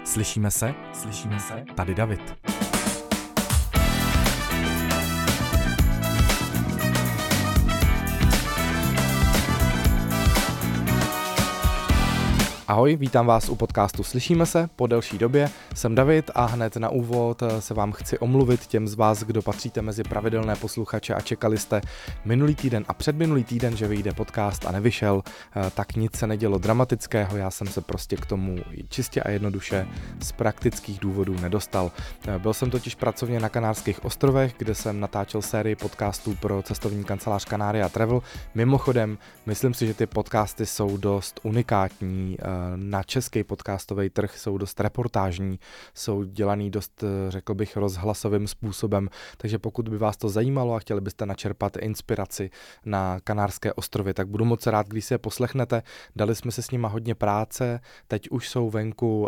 Slyšíme se? Tady David. Ahoj, vítám vás u podcastu Slyšíme se po delší době. Jsem David a hned na úvod se vám chci omluvit těm z vás, kdo patříte mezi pravidelné posluchače a čekali jste minulý týden a předminulý týden, že vyjde podcast a nevyšel, tak nic se nedělo dramatického, já jsem se prostě k tomu čistě a jednoduše z praktických důvodů nedostal. Byl jsem totiž pracovně na Kanárských ostrovech, kde jsem natáčel sérii podcastů pro cestovní kancelář Canaria Travel. Mimochodem, myslím si, že ty podcasty jsou dost unikátní. Na český podcastový trh jsou dost reportážní, jsou dělaný dost, řekl bych, rozhlasovým způsobem, takže pokud by vás to zajímalo a chtěli byste načerpat inspiraci na Kanárské ostrovy, tak budu moc rád, když si je poslechnete. Dali jsme se s nima hodně práce, teď už jsou venku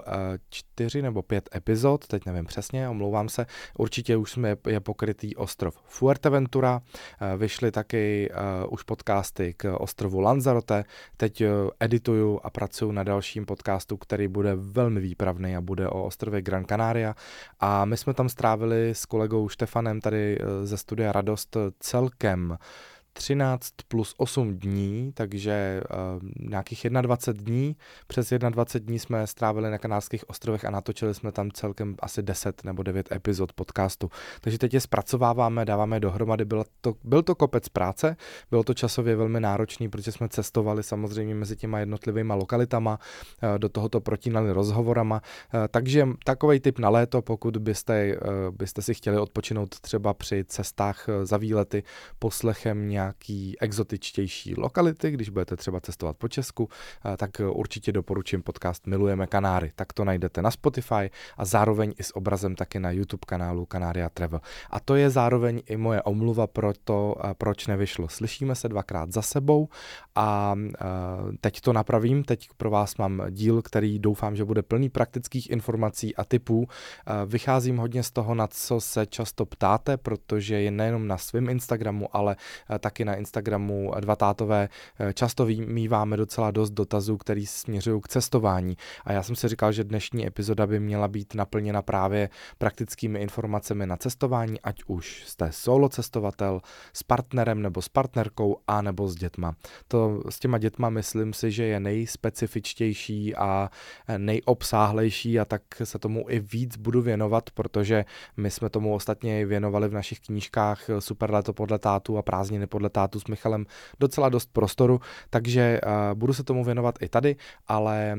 4 nebo 5 epizod, teď nevím přesně, omlouvám se, určitě už je pokrytý ostrov Fuerteventura, vyšly taky už podcasty k ostrovu Lanzarote, teď edituju a pracuju na dalším podcastu, který bude velmi výpravný a bude o ostrově Gran Canaria. A my jsme tam strávili s kolegou Štefanem tady ze studia Radost celkem 13 plus 8 dní, takže nějakých 21 dní. Přes 21 dní jsme strávili na Kanárských ostrovech a natočili jsme tam celkem asi 10 nebo 9 epizod podcastu. Takže teď je zpracováváme, dáváme dohromady. Byl to kopec práce, bylo to časově velmi náročný, protože jsme cestovali samozřejmě mezi těma jednotlivýma lokalitama, do tohoto protínali rozhovorama. Takže takovej tip na léto, pokud byste si chtěli odpočinout třeba při cestách za výlety poslechem nějaký exotičtější lokality, když budete třeba cestovat po Česku, tak určitě doporučím podcast Milujeme Kanáry. Tak to najdete na Spotify a zároveň i s obrazem taky na YouTube kanálu Canaria Travel. A to je zároveň i moje omluva pro to, proč nevyšlo. Slyšíme se 2krát za sebou a teď to napravím. Teď pro vás mám díl, který doufám, že bude plný praktických informací a tipů. Vycházím hodně z toho, na co se často ptáte, protože je nejenom na svém Instagramu, ale taky na Instagramu Dva tátové často míváme docela dost dotazů, který směřují k cestování. A já jsem si říkal, že dnešní epizoda by měla být naplněna právě praktickými informacemi na cestování, ať už jste solo cestovatel, s partnerem nebo s partnerkou a nebo s dětma. To s těma dětma myslím si, že je nejspecifičtější a nejobsáhlejší a tak se tomu i víc budu věnovat, protože my jsme tomu ostatně věnovali v našich knížkách Super léto podle tátu a Prázdniny podle tátu s Michalem docela dost prostoru, takže budu se tomu věnovat i tady, ale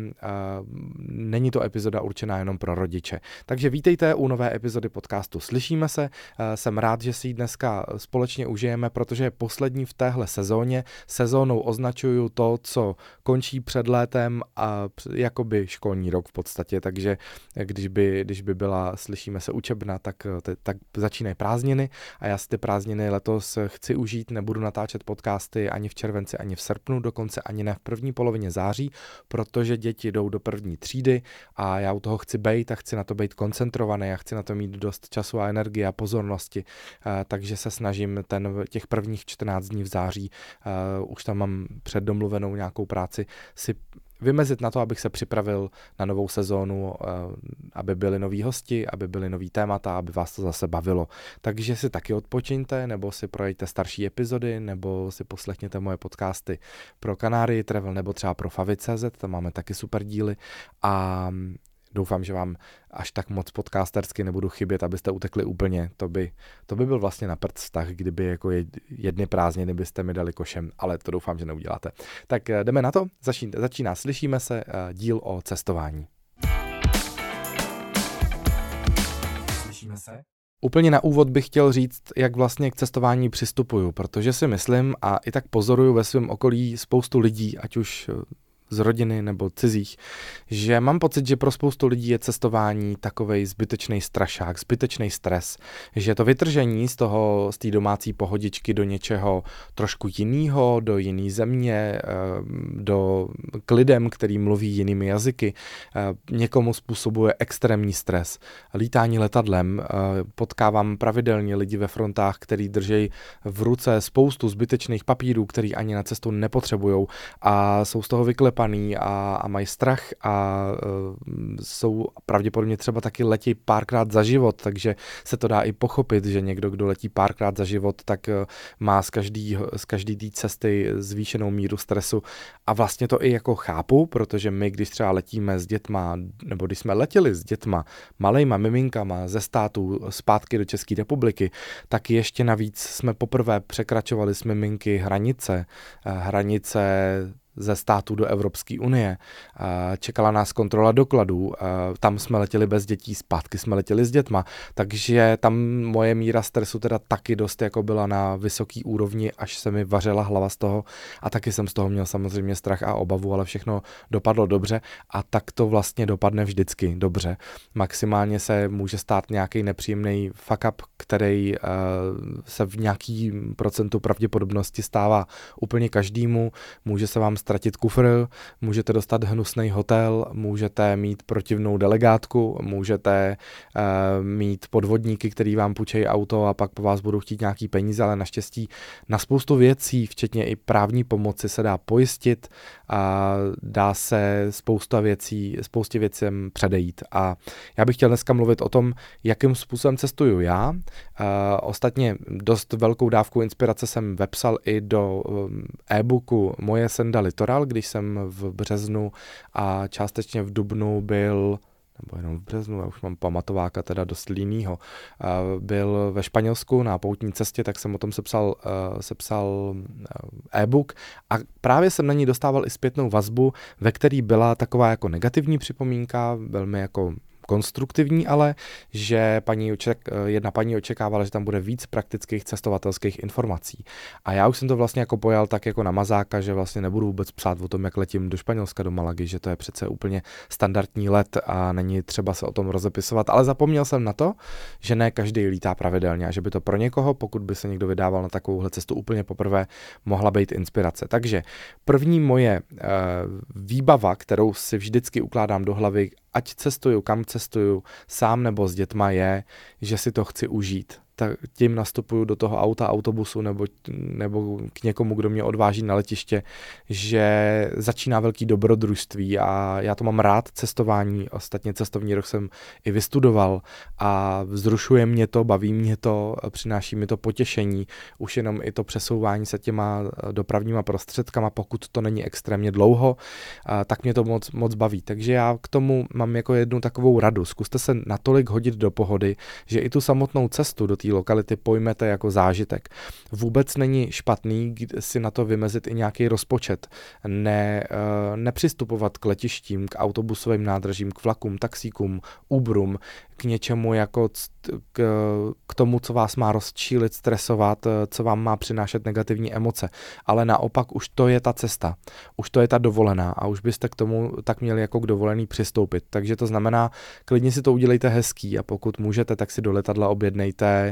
není to epizoda určená jenom pro rodiče. Takže vítejte u nové epizody podcastu Slyšíme se. Jsem rád, že si ji dneska společně užijeme, protože je poslední v téhle sezóně. Sezónou označuju to, co končí před létem a jakoby školní rok v podstatě, takže když by byla Slyšíme se učebna, tak začínají prázdniny a já si ty prázdniny letos chci užít, nebudu natáčet podcasty ani v červenci, ani v srpnu, dokonce ani ne v první polovině září, protože děti jdou do první třídy a já u toho chci bejt a chci na to být koncentrovaný a chci na to mít dost času a energie a pozornosti, takže se snažím těch prvních 14 dní v září, už tam mám předdomluvenou nějakou práci, si vymezit na to, abych se připravil na novou sezónu, aby byli noví hosti, aby byly nový témata, aby vás to zase bavilo. Takže si taky odpočiňte, nebo si projďte starší epizody, nebo si poslechněte moje podcasty pro Canaria Travel, nebo třeba pro Favy.cz, tam máme taky super díly a doufám, že vám až tak moc podcastersky nebudu chybět, abyste utekli úplně. To by byl vlastně na prd vztah, kdyby jako jedny prázdniny byste mi dali košem, ale to doufám, že neuděláte. Tak jdeme na to, začíná Slyšíme se, díl o cestování. Slyšíme se? Úplně na úvod bych chtěl říct, jak vlastně k cestování přistupuju, protože si myslím a i tak pozoruju ve svém okolí spoustu lidí, ať už z rodiny nebo cizích, že mám pocit, že pro spoustu lidí je cestování takovej zbytečný strašák, zbytečný stres, že to vytržení z té domácí pohodičky do něčeho trošku jinýho, do jiný země, k lidem, který mluví jinými jazyky, někomu způsobuje extrémní stres. Lítání letadlem, potkávám pravidelně lidi ve frontách, který drží v ruce spoustu zbytečných papírů, který ani na cestu nepotřebujou a jsou z toho vyklepaní uklepaný a mají strach a jsou pravděpodobně třeba taky letí párkrát za život, takže se to dá i pochopit, že někdo, kdo letí párkrát za život, tak má z každý té cesty zvýšenou míru stresu a vlastně to i jako chápu, protože my, když třeba letíme s dětma, nebo když jsme letěli s dětma, malejma miminkama ze států zpátky do České republiky, tak ještě navíc jsme poprvé překračovali s miminky hranice ze států do Evropské unie. Čekala nás kontrola dokladů, tam jsme letěli bez dětí, zpátky jsme letěli s dětma, takže tam moje míra stresu teda taky dost jako byla na vysoký úrovni, až se mi vařila hlava z toho a taky jsem z toho měl samozřejmě strach a obavu, ale všechno dopadlo dobře a tak to vlastně dopadne vždycky dobře. Maximálně se může stát nějaký nepříjemný fuck up, který se v nějaký procentu pravděpodobnosti stává úplně každému, může se vám ztratit kufr, můžete dostat hnusný hotel, můžete mít protivnou delegátku, můžete mít podvodníky, který vám půjčejí auto a pak po vás budou chtít nějaký peníze, ale naštěstí na spoustu věcí, včetně i právní pomoci, se dá pojistit a dá se spoustě věcem předejít. A já bych chtěl dneska mluvit o tom, jakým způsobem cestuju já. Ostatně dost velkou dávku inspirace jsem vepsal i do e-booku Moje senda Litoral, když jsem v březnu a částečně v dubnu byl, nebo jenom v březnu, já už mám pamatováka teda dost línýho, byl ve Španělsku na poutní cestě, tak jsem o tom sepsal e-book a právě jsem na ní dostával i zpětnou vazbu, ve který byla taková jako negativní připomínka, velmi jako konstruktivní, ale že jedna paní očekávala, že tam bude víc praktických cestovatelských informací. A já už jsem to vlastně jako pojal tak jako na mazáka, že vlastně nebudu vůbec psát o tom, jak letím do Španělska, do Malagy, že to je přece úplně standardní let a není třeba se o tom rozepisovat, ale zapomněl jsem na to, že ne každý lítá pravidelně a že by to pro někoho, pokud by se někdo vydával na takovouhle cestu úplně poprvé, mohla být inspirace. Takže první moje výbava, kterou si vždycky ukládám do hlavy, ať cestuju, kam cestuju, sám nebo s dětma, je, že si to chci užít. Tak tím nastupuju do toho auta, autobusu nebo k někomu, kdo mě odváží na letiště, že začíná velký dobrodružství a já to mám rád, cestování, ostatně cestovní ruch jsem i vystudoval a vzrušuje mě to, baví mě to, přináší mi to potěšení, už jenom i to přesouvání se těma dopravníma prostředkama, pokud to není extrémně dlouho, tak mě to moc baví. Takže já k tomu mám jako jednu takovou radu. Zkuste se natolik hodit do pohody, že i tu samotnou cestu do té lokality pojmete jako zážitek. Vůbec není špatný si na to vymezit i nějaký rozpočet. Nepřistupovat k letištím, k autobusovým nádražím, k vlakům, taxíkům, Uberům, k něčemu jako k tomu, co vás má rozčílit, stresovat, co vám má přinášet negativní emoce. Ale naopak už to je ta cesta, už to je ta dovolená a už byste k tomu tak měli jako k dovolený přistoupit. Takže to znamená, klidně si to udělejte hezký a pokud můžete, tak si do letadla objednejte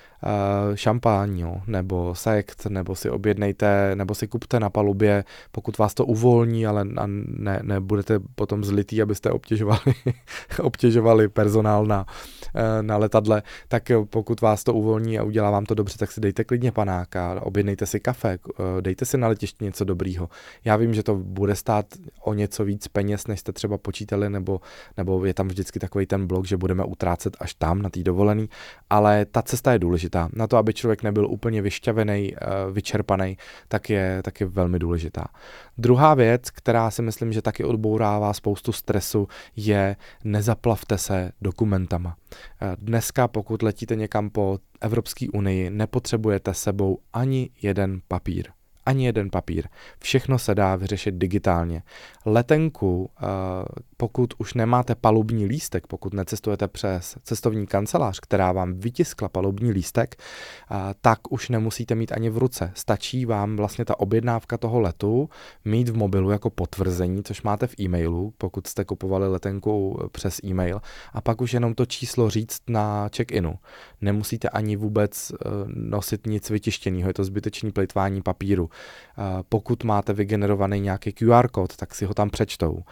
šampáň, nebo sekt, nebo si objednejte, nebo si kupte na palubě, pokud vás to uvolní, ale nebudete potom zlitý, abyste obtěžovali personál na letadle, tak pokud vás to uvolní a udělá vám to dobře, tak si dejte klidně panáka, objednejte si kafe, dejte si na letišti něco dobrýho. Já vím, že to bude stát o něco víc peněz, než jste třeba počítali, nebo je tam vždycky takový ten blok, že budeme utrácet až tam na té dovolený, ale ta cesta je důležitá. Na to, aby člověk nebyl úplně vyšťavený, vyčerpaný, tak je velmi důležitá. Druhá věc, která si myslím, že taky odbourává spoustu stresu, je nezaplavte se dokumentama. Dneska, pokud letíte někam po Evropské unii, nepotřebujete sebou ani jeden papír. Ani jeden papír. Všechno se dá vyřešit digitálně. Letenku, pokud už nemáte palubní lístek, pokud necestujete přes cestovní kancelář, která vám vytiskla palubní lístek, tak už nemusíte mít ani v ruce. Stačí vám vlastně ta objednávka toho letu mít v mobilu jako potvrzení, což máte v e-mailu, pokud jste kupovali letenku přes e-mail, a pak už jenom to číslo říct na check-inu. Nemusíte ani vůbec nosit nic vytištěného, je to zbytečný plejtvání papíru. Pokud máte vygenerovaný nějaký QR kód, tak si ho tam přečtou.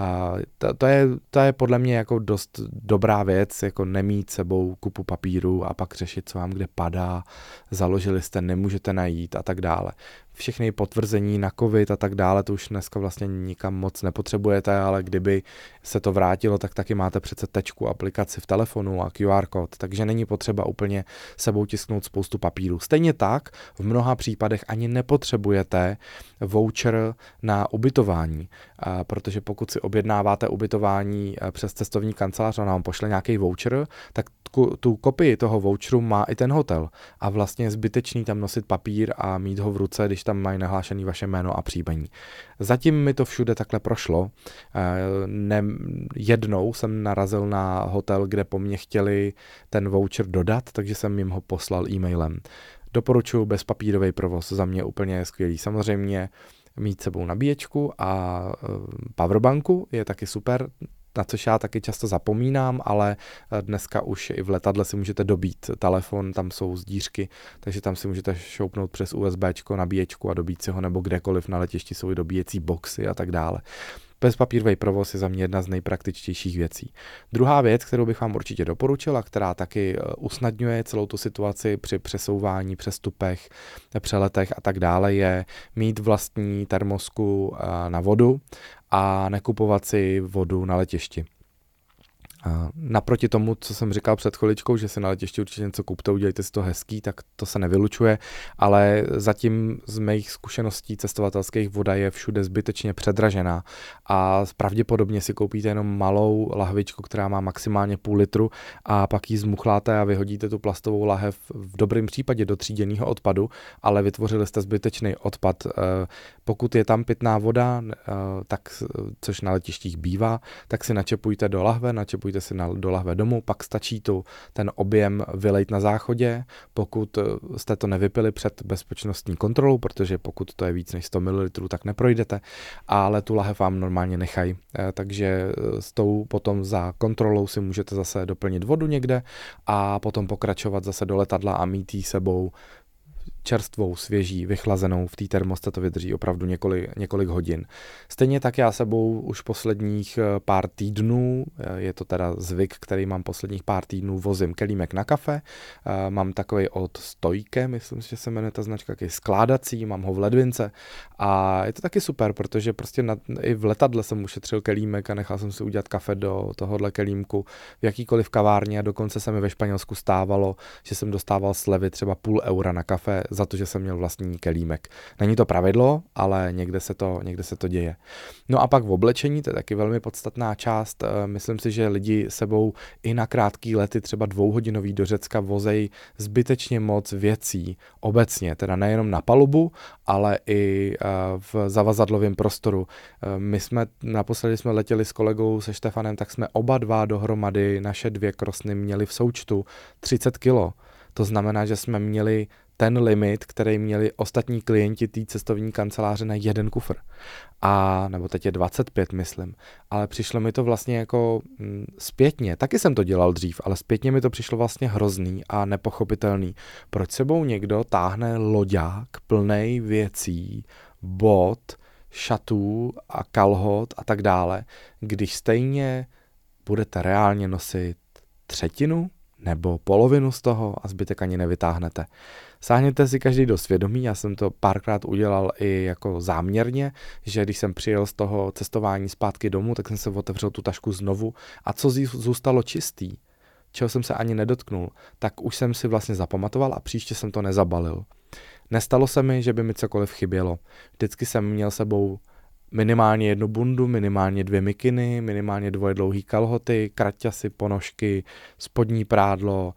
To je podle mě jako dost dobrá věc, jako nemít sebou kupu papíru a pak řešit, co vám kde padá, založili jste, nemůžete najít a tak dále. všechny potvrzení na covid a tak dále, to už dneska vlastně nikam moc nepotřebujete, ale kdyby se to vrátilo, tak taky máte přece tečku, aplikaci v telefonu a QR kód, takže není potřeba úplně sebou tisknout spoustu papíru. Stejně tak v mnoha případech ani nepotřebujete voucher na ubytování, protože pokud si objednáváte ubytování přes cestovní kancelář a nám pošle nějaký voucher, tak tu kopii toho voucheru má i ten hotel a vlastně je zbytečný tam nosit papír a mít ho v ruce, když tam mají nahlášený vaše jméno a příjmení. Zatím mi to všude takhle prošlo. Jednou jsem narazil na hotel, kde po mně chtěli ten voucher dodat, takže jsem jim ho poslal e-mailem. Doporučuji bezpapírový provoz, za mě úplně skvělý. Samozřejmě mít sebou nabíječku a powerbanku je taky super, na což já taky často zapomínám, ale dneska už i v letadle si můžete dobít telefon, tam jsou zdířky, takže tam si můžete šoupnout přes USBčko, nabíječku a dobít si ho, nebo kdekoliv na letišti jsou i dobíjecí boxy a tak dále. Bezpapírový provoz je za mě jedna z nejpraktičtějších věcí. Druhá věc, kterou bych vám určitě doporučil a která taky usnadňuje celou tu situaci při přesouvání, přestupech, přeletech a tak dále, je mít vlastní termosku na vodu a nekupovat si vodu na letišti. Naproti tomu, co jsem říkal před chviličkou, že si na letišti určitě něco kupte, udělejte si to hezký, tak to se nevylučuje, ale zatím z mých zkušeností cestovatelských voda je všude zbytečně předražená a pravděpodobně si koupíte jenom malou lahvičku, která má maximálně půl litru a pak ji zmuchláte a vyhodíte tu plastovou lahev v dobrém případě do tříděného odpadu, ale vytvořili jste zbytečný odpad. Pokud je tam pitná voda, tak, což na letištích bývá, tak si načepujte do lahve, načepujte si do lahve domů, pak stačí ten objem vylejt na záchodě, pokud jste to nevypili před bezpečnostní kontrolou, protože pokud to je víc než 100 ml, tak neprojdete, ale tu lahev vám normálně nechají. Takže s tou potom za kontrolou si můžete zase doplnit vodu někde a potom pokračovat zase do letadla a mít jí sebou čerstvou, svěží, vychlazenou, v té termosce to vydrží opravdu několik hodin. Stejně tak já sebou už posledních pár týdnů, je to teda zvyk, který mám posledních pár týdnů, vozím kelímek na kafe, mám takový od Stojke, myslím, že se jmenuje ta značka, jaký skládací, mám ho v ledvince a je to taky super, protože prostě i v letadle jsem ušetřil kelímek a nechal jsem si udělat kafe do tohohle kelímku v jakýkoliv kavárně a dokonce se mi ve Španělsku stávalo, že jsem dostával slevy třeba €0,5 na kafe za to, že jsem měl vlastní kelímek. Není to pravidlo, ale někde se to děje. No a pak v oblečení, to je taky velmi podstatná část. Myslím si, že lidi sebou i na krátký lety, třeba 2hodinový do Řecka, vozejí zbytečně moc věcí obecně, teda nejenom na palubu, ale i v zavazadlovém prostoru. Naposledy jsme letěli s kolegou se Štefanem, tak jsme oba dva dohromady, naše 2 krosny měli v součtu 30 kilo. To znamená, že jsme měli ten limit, který měli ostatní klienti té cestovní kanceláře na 1 kufr. Nebo teď je 25, myslím. Ale přišlo mi to vlastně jako zpětně. Taky jsem to dělal dřív, ale zpětně mi to přišlo vlastně hrozný a nepochopitelný. Proč sebou někdo táhne loďák plnej věcí, bot, šatů a kalhot a tak dále, když stejně budete reálně nosit třetinu nebo polovinu z toho a zbytek ani nevytáhnete. Sáhněte si každý do svědomí, já jsem to párkrát udělal i jako záměrně, že když jsem přijel z toho cestování zpátky domů, tak jsem se otevřel tu tašku znovu a co zůstalo čistý, čeho jsem se ani nedotknul, tak už jsem si vlastně zapamatoval a příště jsem to nezabalil. Nestalo se mi, že by mi cokoliv chybělo. Vždycky jsem měl sebou minimálně 1 bundu, minimálně 2 mikiny, minimálně 2 dlouhý kalhoty, kraťasy, ponožky, spodní prádlo,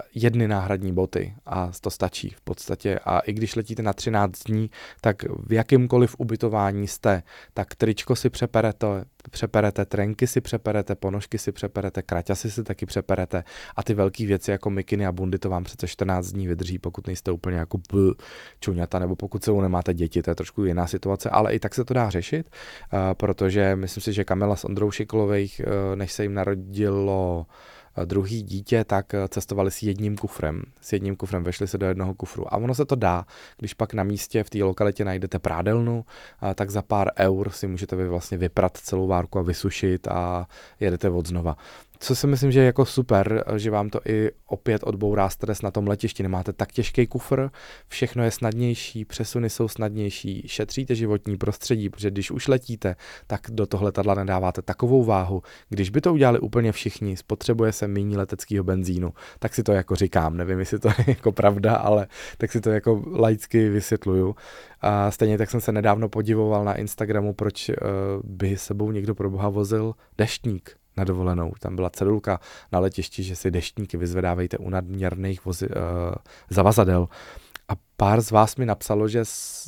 1 náhradní boty a to stačí v podstatě. A i když letíte na 13 dní, tak v jakýmkoliv ubytování jste, tak tričko si přeperete, trenky si přeperete, ponožky si přeperete, kraťasy si taky přeperete a ty velké věci jako mikiny a bundy to vám přece 14 dní vydrží, pokud nejste úplně jako čuňata, nebo pokud sebou nemáte děti, to je trošku jiná situace, ale i tak se to dá řešit, protože myslím si, že Kamila s Ondrou Šikolovejch, než se jim narodilo druhý dítě, tak cestovali s jedním kufrem, vešli se do jednoho kufru. A ono se to dá, když pak na místě v té lokalitě najdete prádelnu, tak za pár eur si můžete vlastně vyprat celou várku a vysušit a jedete od znova. Co si myslím, že je jako super, že vám to i opět odbourá stres na tom letišti. Nemáte tak těžký kufr, všechno je snadnější, přesuny jsou snadnější, šetříte životní prostředí, protože když už letíte, tak do toho letadla nedáváte takovou váhu. Když by to udělali úplně všichni, spotřebuje se méně leteckého benzínu, tak si to jako říkám, nevím, jestli to je jako pravda, ale tak si to jako laicky vysvětluju. A stejně tak jsem se nedávno podivoval na Instagramu, proč by sebou někdo pro boha vozil deštník na dovolenou. Tam byla cedulka na letišti, že si deštníky vyzvedávejte u nadměrných zavazadel. A pár z vás mi napsalo, že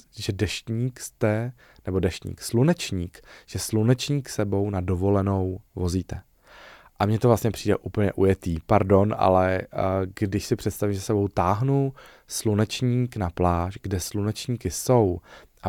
slunečník, že slunečník sebou na dovolenou vozíte. A mně to vlastně přijde úplně ujetý. Pardon, ale když si představím, že sebou táhnu slunečník na pláž, kde slunečníky jsou a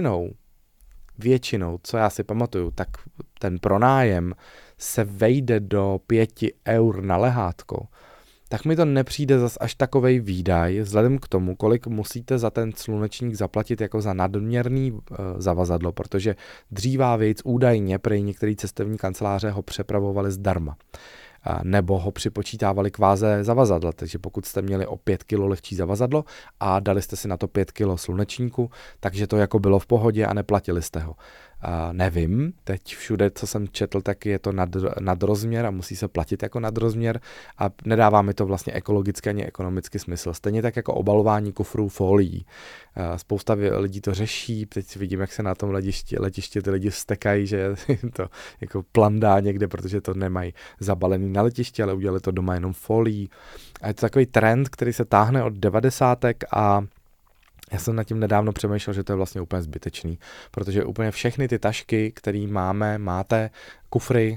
většinou, co já si pamatuju, tak ten pronájem se vejde do 5 eur na lehátko, tak mi to nepřijde zas až takovej výdaj, vzhledem k tomu, kolik musíte za ten slunečník zaplatit jako za nadměrný zavazadlo, protože dřívá věc údajně prý některé cestovní kanceláře ho přepravovali zdarma. Nebo ho připočítávali k váze zavazadla, takže pokud jste měli o 5 kg lehčí zavazadlo a dali jste si na to 5 kg slunečníku, takže to jako bylo v pohodě a neplatili jste ho. Nevím, teď všude, co jsem četl, tak je to nadrozměr a musí se platit jako nadrozměr a nedává mi to vlastně ekologicky ani ekonomický smysl. Stejně tak jako obalování kufrů folií. Spousta lidí to řeší, teď vidím, jak se na tom letišti ty lidi stekají, že to jako plandá někde, protože to nemají zabalený na letišti, ale udělali to doma jenom folií. A je to takový trend, který se táhne od 90. a já jsem nad tím nedávno přemýšlel, že to je vlastně úplně zbytečný, protože úplně všechny ty tašky, které máte, kufry,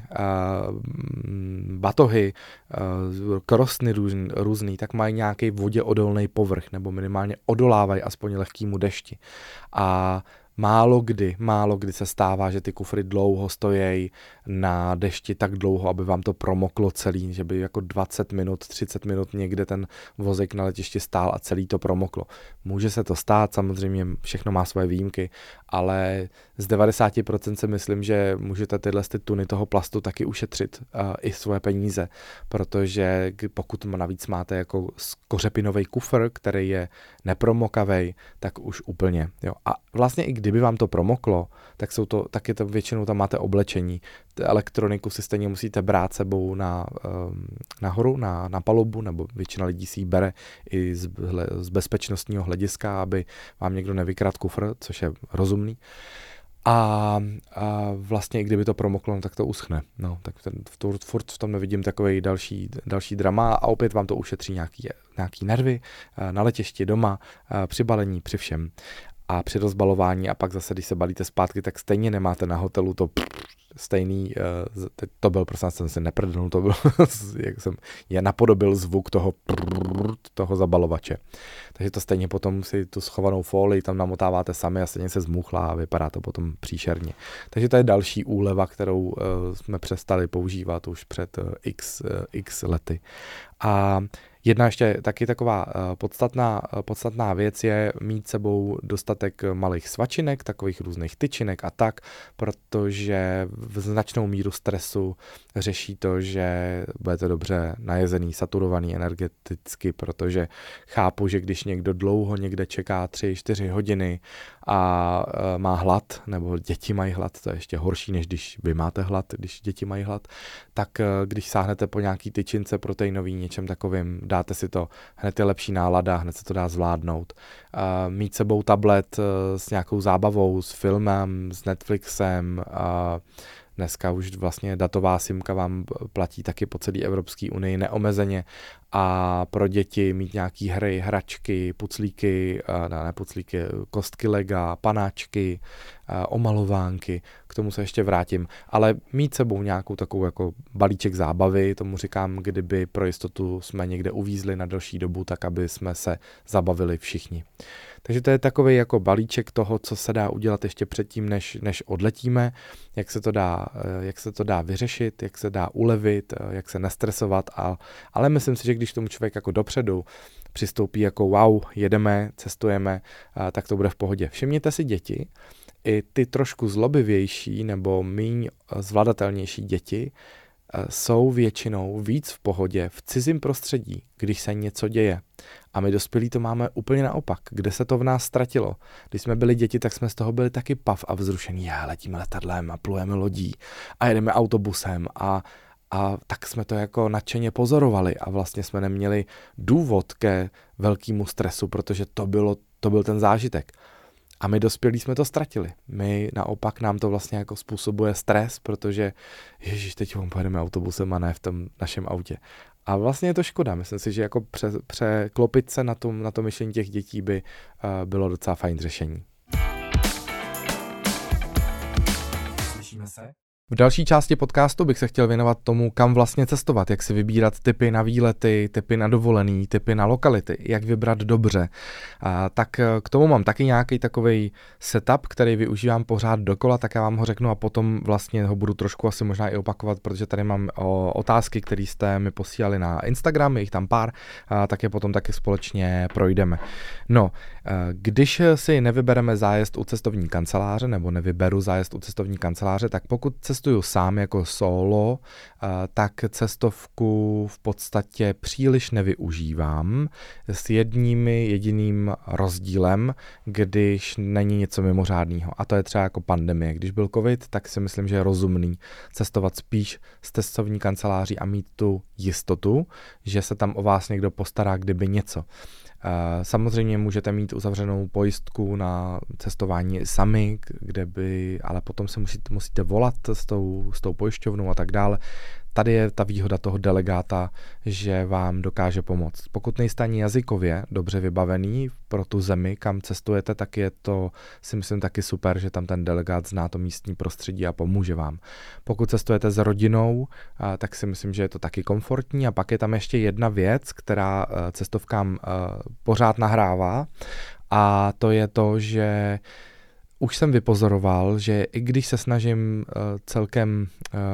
batohy, krosny různý, tak mají nějaký voděodolný povrch, nebo minimálně odolávají aspoň lehkýmu dešti. A málo kdy se stává, že ty kufry dlouho stojí na dešti tak dlouho, aby vám to promoklo celý, že by jako 20 minut, 30 minut někde ten vozík na letišti stál a celý to promoklo. Může se to stát, samozřejmě všechno má svoje výjimky, ale z 90% si myslím, že můžete tyhle tuny toho plastu taky ušetřit i svoje peníze, protože pokud navíc máte jako kořepinový kufr, který je nepromokavej, tak už úplně. Jo. A vlastně i kdyby vám to promoklo, tak je to většinou tam máte oblečení. Elektroniku si stejně musíte brát sebou nahoru, na palubu, nebo většina lidí si ji bere i z bezpečnostního hlediska, aby vám někdo nevykradl kufr, což je rozumný. A vlastně i kdyby to promoklo, no, tak to uschne. No, tak furt v tom nevidím takový další drama a opět vám to ušetří nějaký nervy na letišti, doma, při balení, při všem. A při rozbalování a pak zase, když se balíte zpátky, tak stejně nemáte na hotelu to stejný, to byl, prostě jsem si neprdnul, to byl, jak jsem napodobil zvuk toho zabalovače. Takže to stejně potom si tu schovanou folii tam namotáváte sami a stejně se zmuchlá a vypadá to potom příšerně. Takže to je další úleva, kterou jsme přestali používat už před x lety. A jedna ještě taky taková podstatná věc je mít sebou dostatek malých svačinek, takových různých tyčinek a tak, protože v značnou míru stresu řeší to, že budete dobře najezený, saturovaný energeticky, protože chápu, že když někdo dlouho někde čeká 3-4 hodiny a má hlad, nebo děti mají hlad, to je ještě horší, než když vy máte hlad, když děti mají hlad, tak když sáhnete po nějaký tyčince proteinový, něčem takovým, dáte si to, hned je lepší nálada, hned se to dá zvládnout. Mít sebou tablet s nějakou zábavou, s filmem, s Netflixem, dneska už vlastně datová simka vám platí taky po celé Evropské unii neomezeně a pro děti mít nějaký hry, hračky, puclíky, kostky lega, panáčky, omalovánky, k tomu se ještě vrátím, ale mít sebou nějakou takovou jako balíček zábavy, tomu říkám, kdyby pro jistotu jsme někde uvízli na delší dobu, tak aby jsme se zabavili všichni. Takže to je takový jako balíček toho, co se dá udělat ještě předtím, než odletíme, jak se to dá vyřešit, jak se dá ulevit, jak se nestresovat, ale myslím si, že když tomu člověk jako dopředu přistoupí jako wow, jedeme, cestujeme, tak to bude v pohodě. Všimněte si děti, i ty trošku zlobivější nebo míň zvladatelnější děti jsou většinou víc v pohodě v cizím prostředí, když se něco děje. A my dospělí to máme úplně naopak, kde se to v nás ztratilo. Když jsme byli děti, tak jsme z toho byli taky pav a vzrušení. Letíme letadlem a plujeme lodí a jedeme autobusem a tak jsme to jako nadšeně pozorovali a vlastně jsme neměli důvod ke velkému stresu, protože to byl ten zážitek. A my dospělí jsme to ztratili. My naopak nám to vlastně jako způsobuje stres, protože ježiš, teď pojedeme autobusem a ne v tom našem autě. A vlastně je to škoda. Myslím si, že jako překlopit se na to myšlení těch dětí by bylo docela fajn řešení. Slyšíme se? V další části podcastu bych se chtěl věnovat tomu, kam vlastně cestovat, jak si vybírat tipy na výlety, tipy na dovolený, tipy na lokality, jak vybrat dobře. Tak k tomu mám taky nějaký takovej setup, který využívám pořád dokola, tak já vám ho řeknu a potom vlastně ho budu trošku asi možná i opakovat, protože tady mám otázky, které jste mi posílali na Instagram, je jich tam pár, tak je potom taky společně projdeme. No, když si nevybereme zájezd u cestovní kanceláře, nebo nevyberu zájezd u cestovní kanceláře, tak pokud cestuju sám jako solo, tak cestovku v podstatě příliš nevyužívám s jediným rozdílem, když není něco mimořádného. A to je třeba jako pandemie. Když byl covid, tak si myslím, že je rozumný cestovat spíš s cestovní kanceláří a mít tu jistotu, že se tam o vás někdo postará, kdyby něco. Samozřejmě můžete mít uzavřenou pojistku na cestování sami, ale potom se musíte volat s tou pojišťovnou a tak dále. Tady je ta výhoda toho delegáta, že vám dokáže pomoct. Pokud nejste ani jazykově dobře vybavený pro tu zemi, kam cestujete, tak je to, si myslím, taky super, že tam ten delegát zná to místní prostředí a pomůže vám. Pokud cestujete s rodinou, tak si myslím, že je to taky komfortní. A pak je tam ještě jedna věc, která cestovkám pořád nahrává, a to je to, že už jsem vypozoroval, že i když se snažím celkem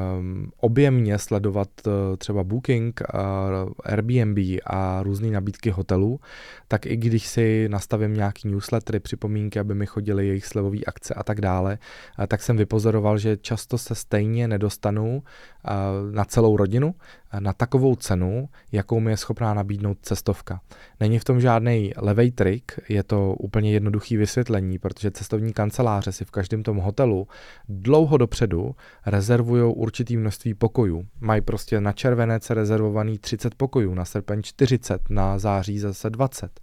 objemně sledovat třeba Booking, Airbnb a různé nabídky hotelů, tak i když si nastavím nějaký newslettery, připomínky, aby mi chodily jejich slevové akce a tak dále, tak jsem vypozoroval, že často se stejně nedostanu na celou rodinu na takovou cenu, jakou mi je schopná nabídnout cestovka. Není v tom žádný levej trik, je to úplně jednoduchý vysvětlení, protože cestovní kanceláře si v každém tom hotelu dlouho dopředu rezervujou určitý množství pokojů. Mají prostě na červenec rezervovaný 30 pokojů, na srpen 40, na září zase 20.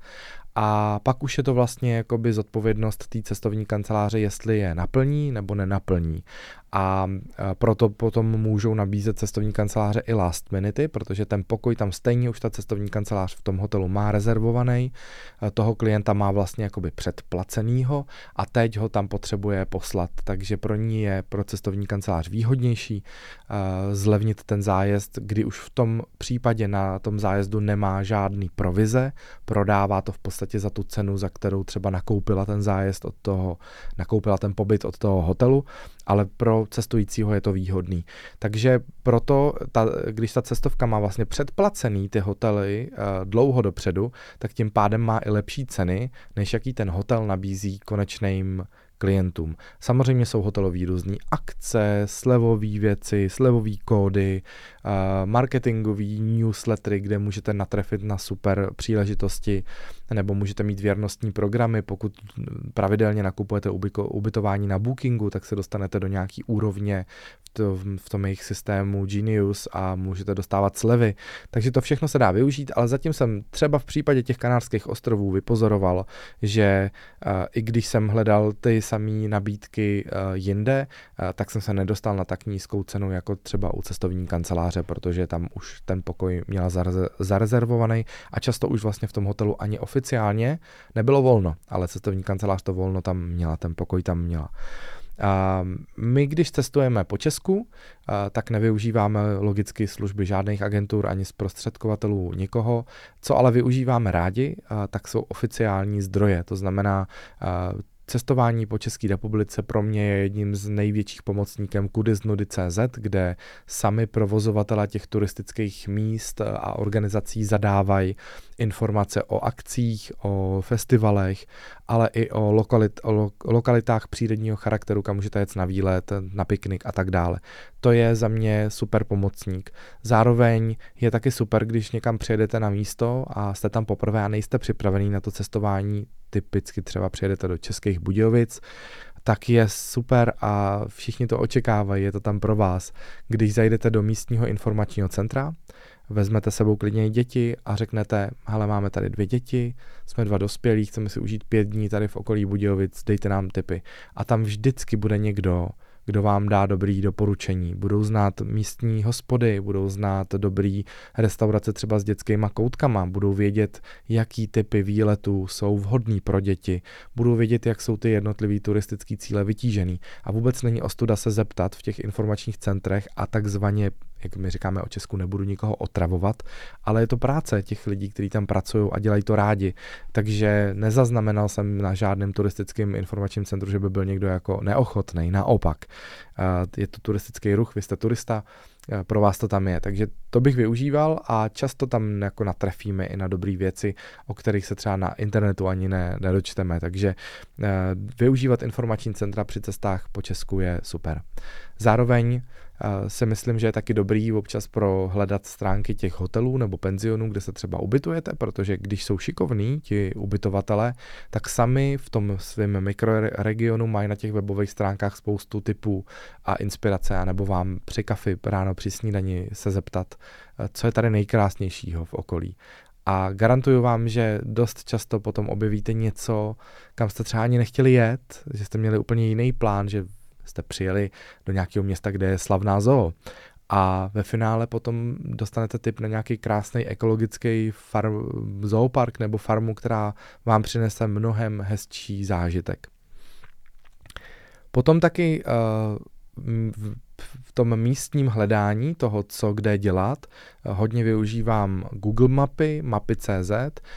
A pak už je to vlastně jakoby zodpovědnost té cestovní kanceláře, jestli je naplní nebo nenaplní. A proto potom můžou nabízet cestovní kanceláře i last minuty, protože ten pokoj tam stejně už ta cestovní kancelář v tom hotelu má rezervovaný, toho klienta má vlastně jakoby předplacenýho a teď ho tam potřebuje poslat. Takže pro ní je pro cestovní kancelář výhodnější zlevnit ten zájezd, kdy už v tom případě na tom zájezdu nemá žádný provize, prodává to v podstatě za tu cenu, za kterou třeba nakoupila ten zájezd nakoupila ten pobyt od toho hotelu, ale pro cestujícího je to výhodný. Takže proto, když ta cestovka má vlastně předplacený ty hotely dlouho dopředu, tak tím pádem má i lepší ceny, než jaký ten hotel nabízí konečným klientům. Samozřejmě jsou hotelové různé akce, slevové věci, slevové kódy, marketingové newslettery, kde můžete natrefit na super příležitosti, nebo můžete mít věrnostní programy. Pokud pravidelně nakupujete ubytování na Bookingu, tak se dostanete do nějaký úrovně v tom jejich systému Genius a můžete dostávat slevy. Takže to všechno se dá využít, ale zatím jsem třeba v případě těch Kanárských ostrovů vypozoroval, že i když jsem hledal ty samé nabídky jinde, tak jsem se nedostal na tak nízkou cenu jako třeba u cestovní kanceláře, protože tam už ten pokoj měla zarezervovaný a často už vlastně v tom hotelu ani oficiálně nebylo volno, ale cestovní kancelář to volno tam měla, ten pokoj tam měla. My, když cestujeme po Česku, tak nevyužíváme logicky služby žádných agentur ani zprostředkovatelů nikoho. Co ale využíváme rádi, tak jsou oficiální zdroje. To znamená cestování po České republice pro mě je jedním z největších pomocníkem kudyznudy.cz, kde sami provozovatelé těch turistických míst a organizací zadávají informace o akcích, o festivalech, ale i o lokalitách přírodního charakteru, kam můžete jet na výlet, na piknik a tak dále. To je za mě super pomocník. Zároveň je taky super, když někam přijedete na místo a jste tam poprvé a nejste připravený na to cestování, typicky třeba přijedete do Českých Budějovic, tak je super a všichni to očekávají, je to tam pro vás. Když zajdete do místního informačního centra, vezmete sebou klidně i děti a řeknete, hele, máme tady 2 děti, jsme 2 dospělí, chceme si užít 5 dní tady v okolí Budějovic, dejte nám tipy. A tam vždycky bude někdo, kdo vám dá dobrý doporučení. Budou znát místní hospody, budou znát dobrý restaurace třeba s dětskýma koutkama, budou vědět, jaký typy výletů jsou vhodný pro děti, budou vědět, jak jsou ty jednotlivý turistický cíle vytížený. A vůbec není ostuda se zeptat v těch informačních centrech a takzvaně, jak my říkáme o Česku, nebudu nikoho otravovat, ale je to práce těch lidí, kteří tam pracují a dělají to rádi. Takže nezaznamenal jsem na žádném turistickém informačním centru, že by byl někdo jako neochotný, naopak. Je to turistický ruch, vy jste turista, pro vás to tam je. Takže to bych využíval a často tam jako natrefíme i na dobré věci, o kterých se třeba na internetu ani nedočteme. Takže využívat informační centra při cestách po Česku je super. Zároveň si myslím, že je taky dobrý občas prohledat stránky těch hotelů nebo penzionů, kde se třeba ubytujete, protože když jsou šikovní ti ubytovatele, tak sami v tom svém mikroregionu mají na těch webových stránkách spoustu tipů a inspirace, nebo vám při kafi ráno při snídani se zeptat, co je tady nejkrásnějšího v okolí. A garantuju vám, že dost často potom objevíte něco, kam jste třeba ani nechtěli jet, že jste měli úplně jiný plán, že jste přijeli do nějakého města, kde je slavná zoo. A ve finále potom dostanete tip na nějaký krásný ekologický zoopark nebo farmu, která vám přinese mnohem hezčí zážitek. Potom taky v tom místním hledání toho, co kde dělat, hodně využívám Google mapy, mapy.cz,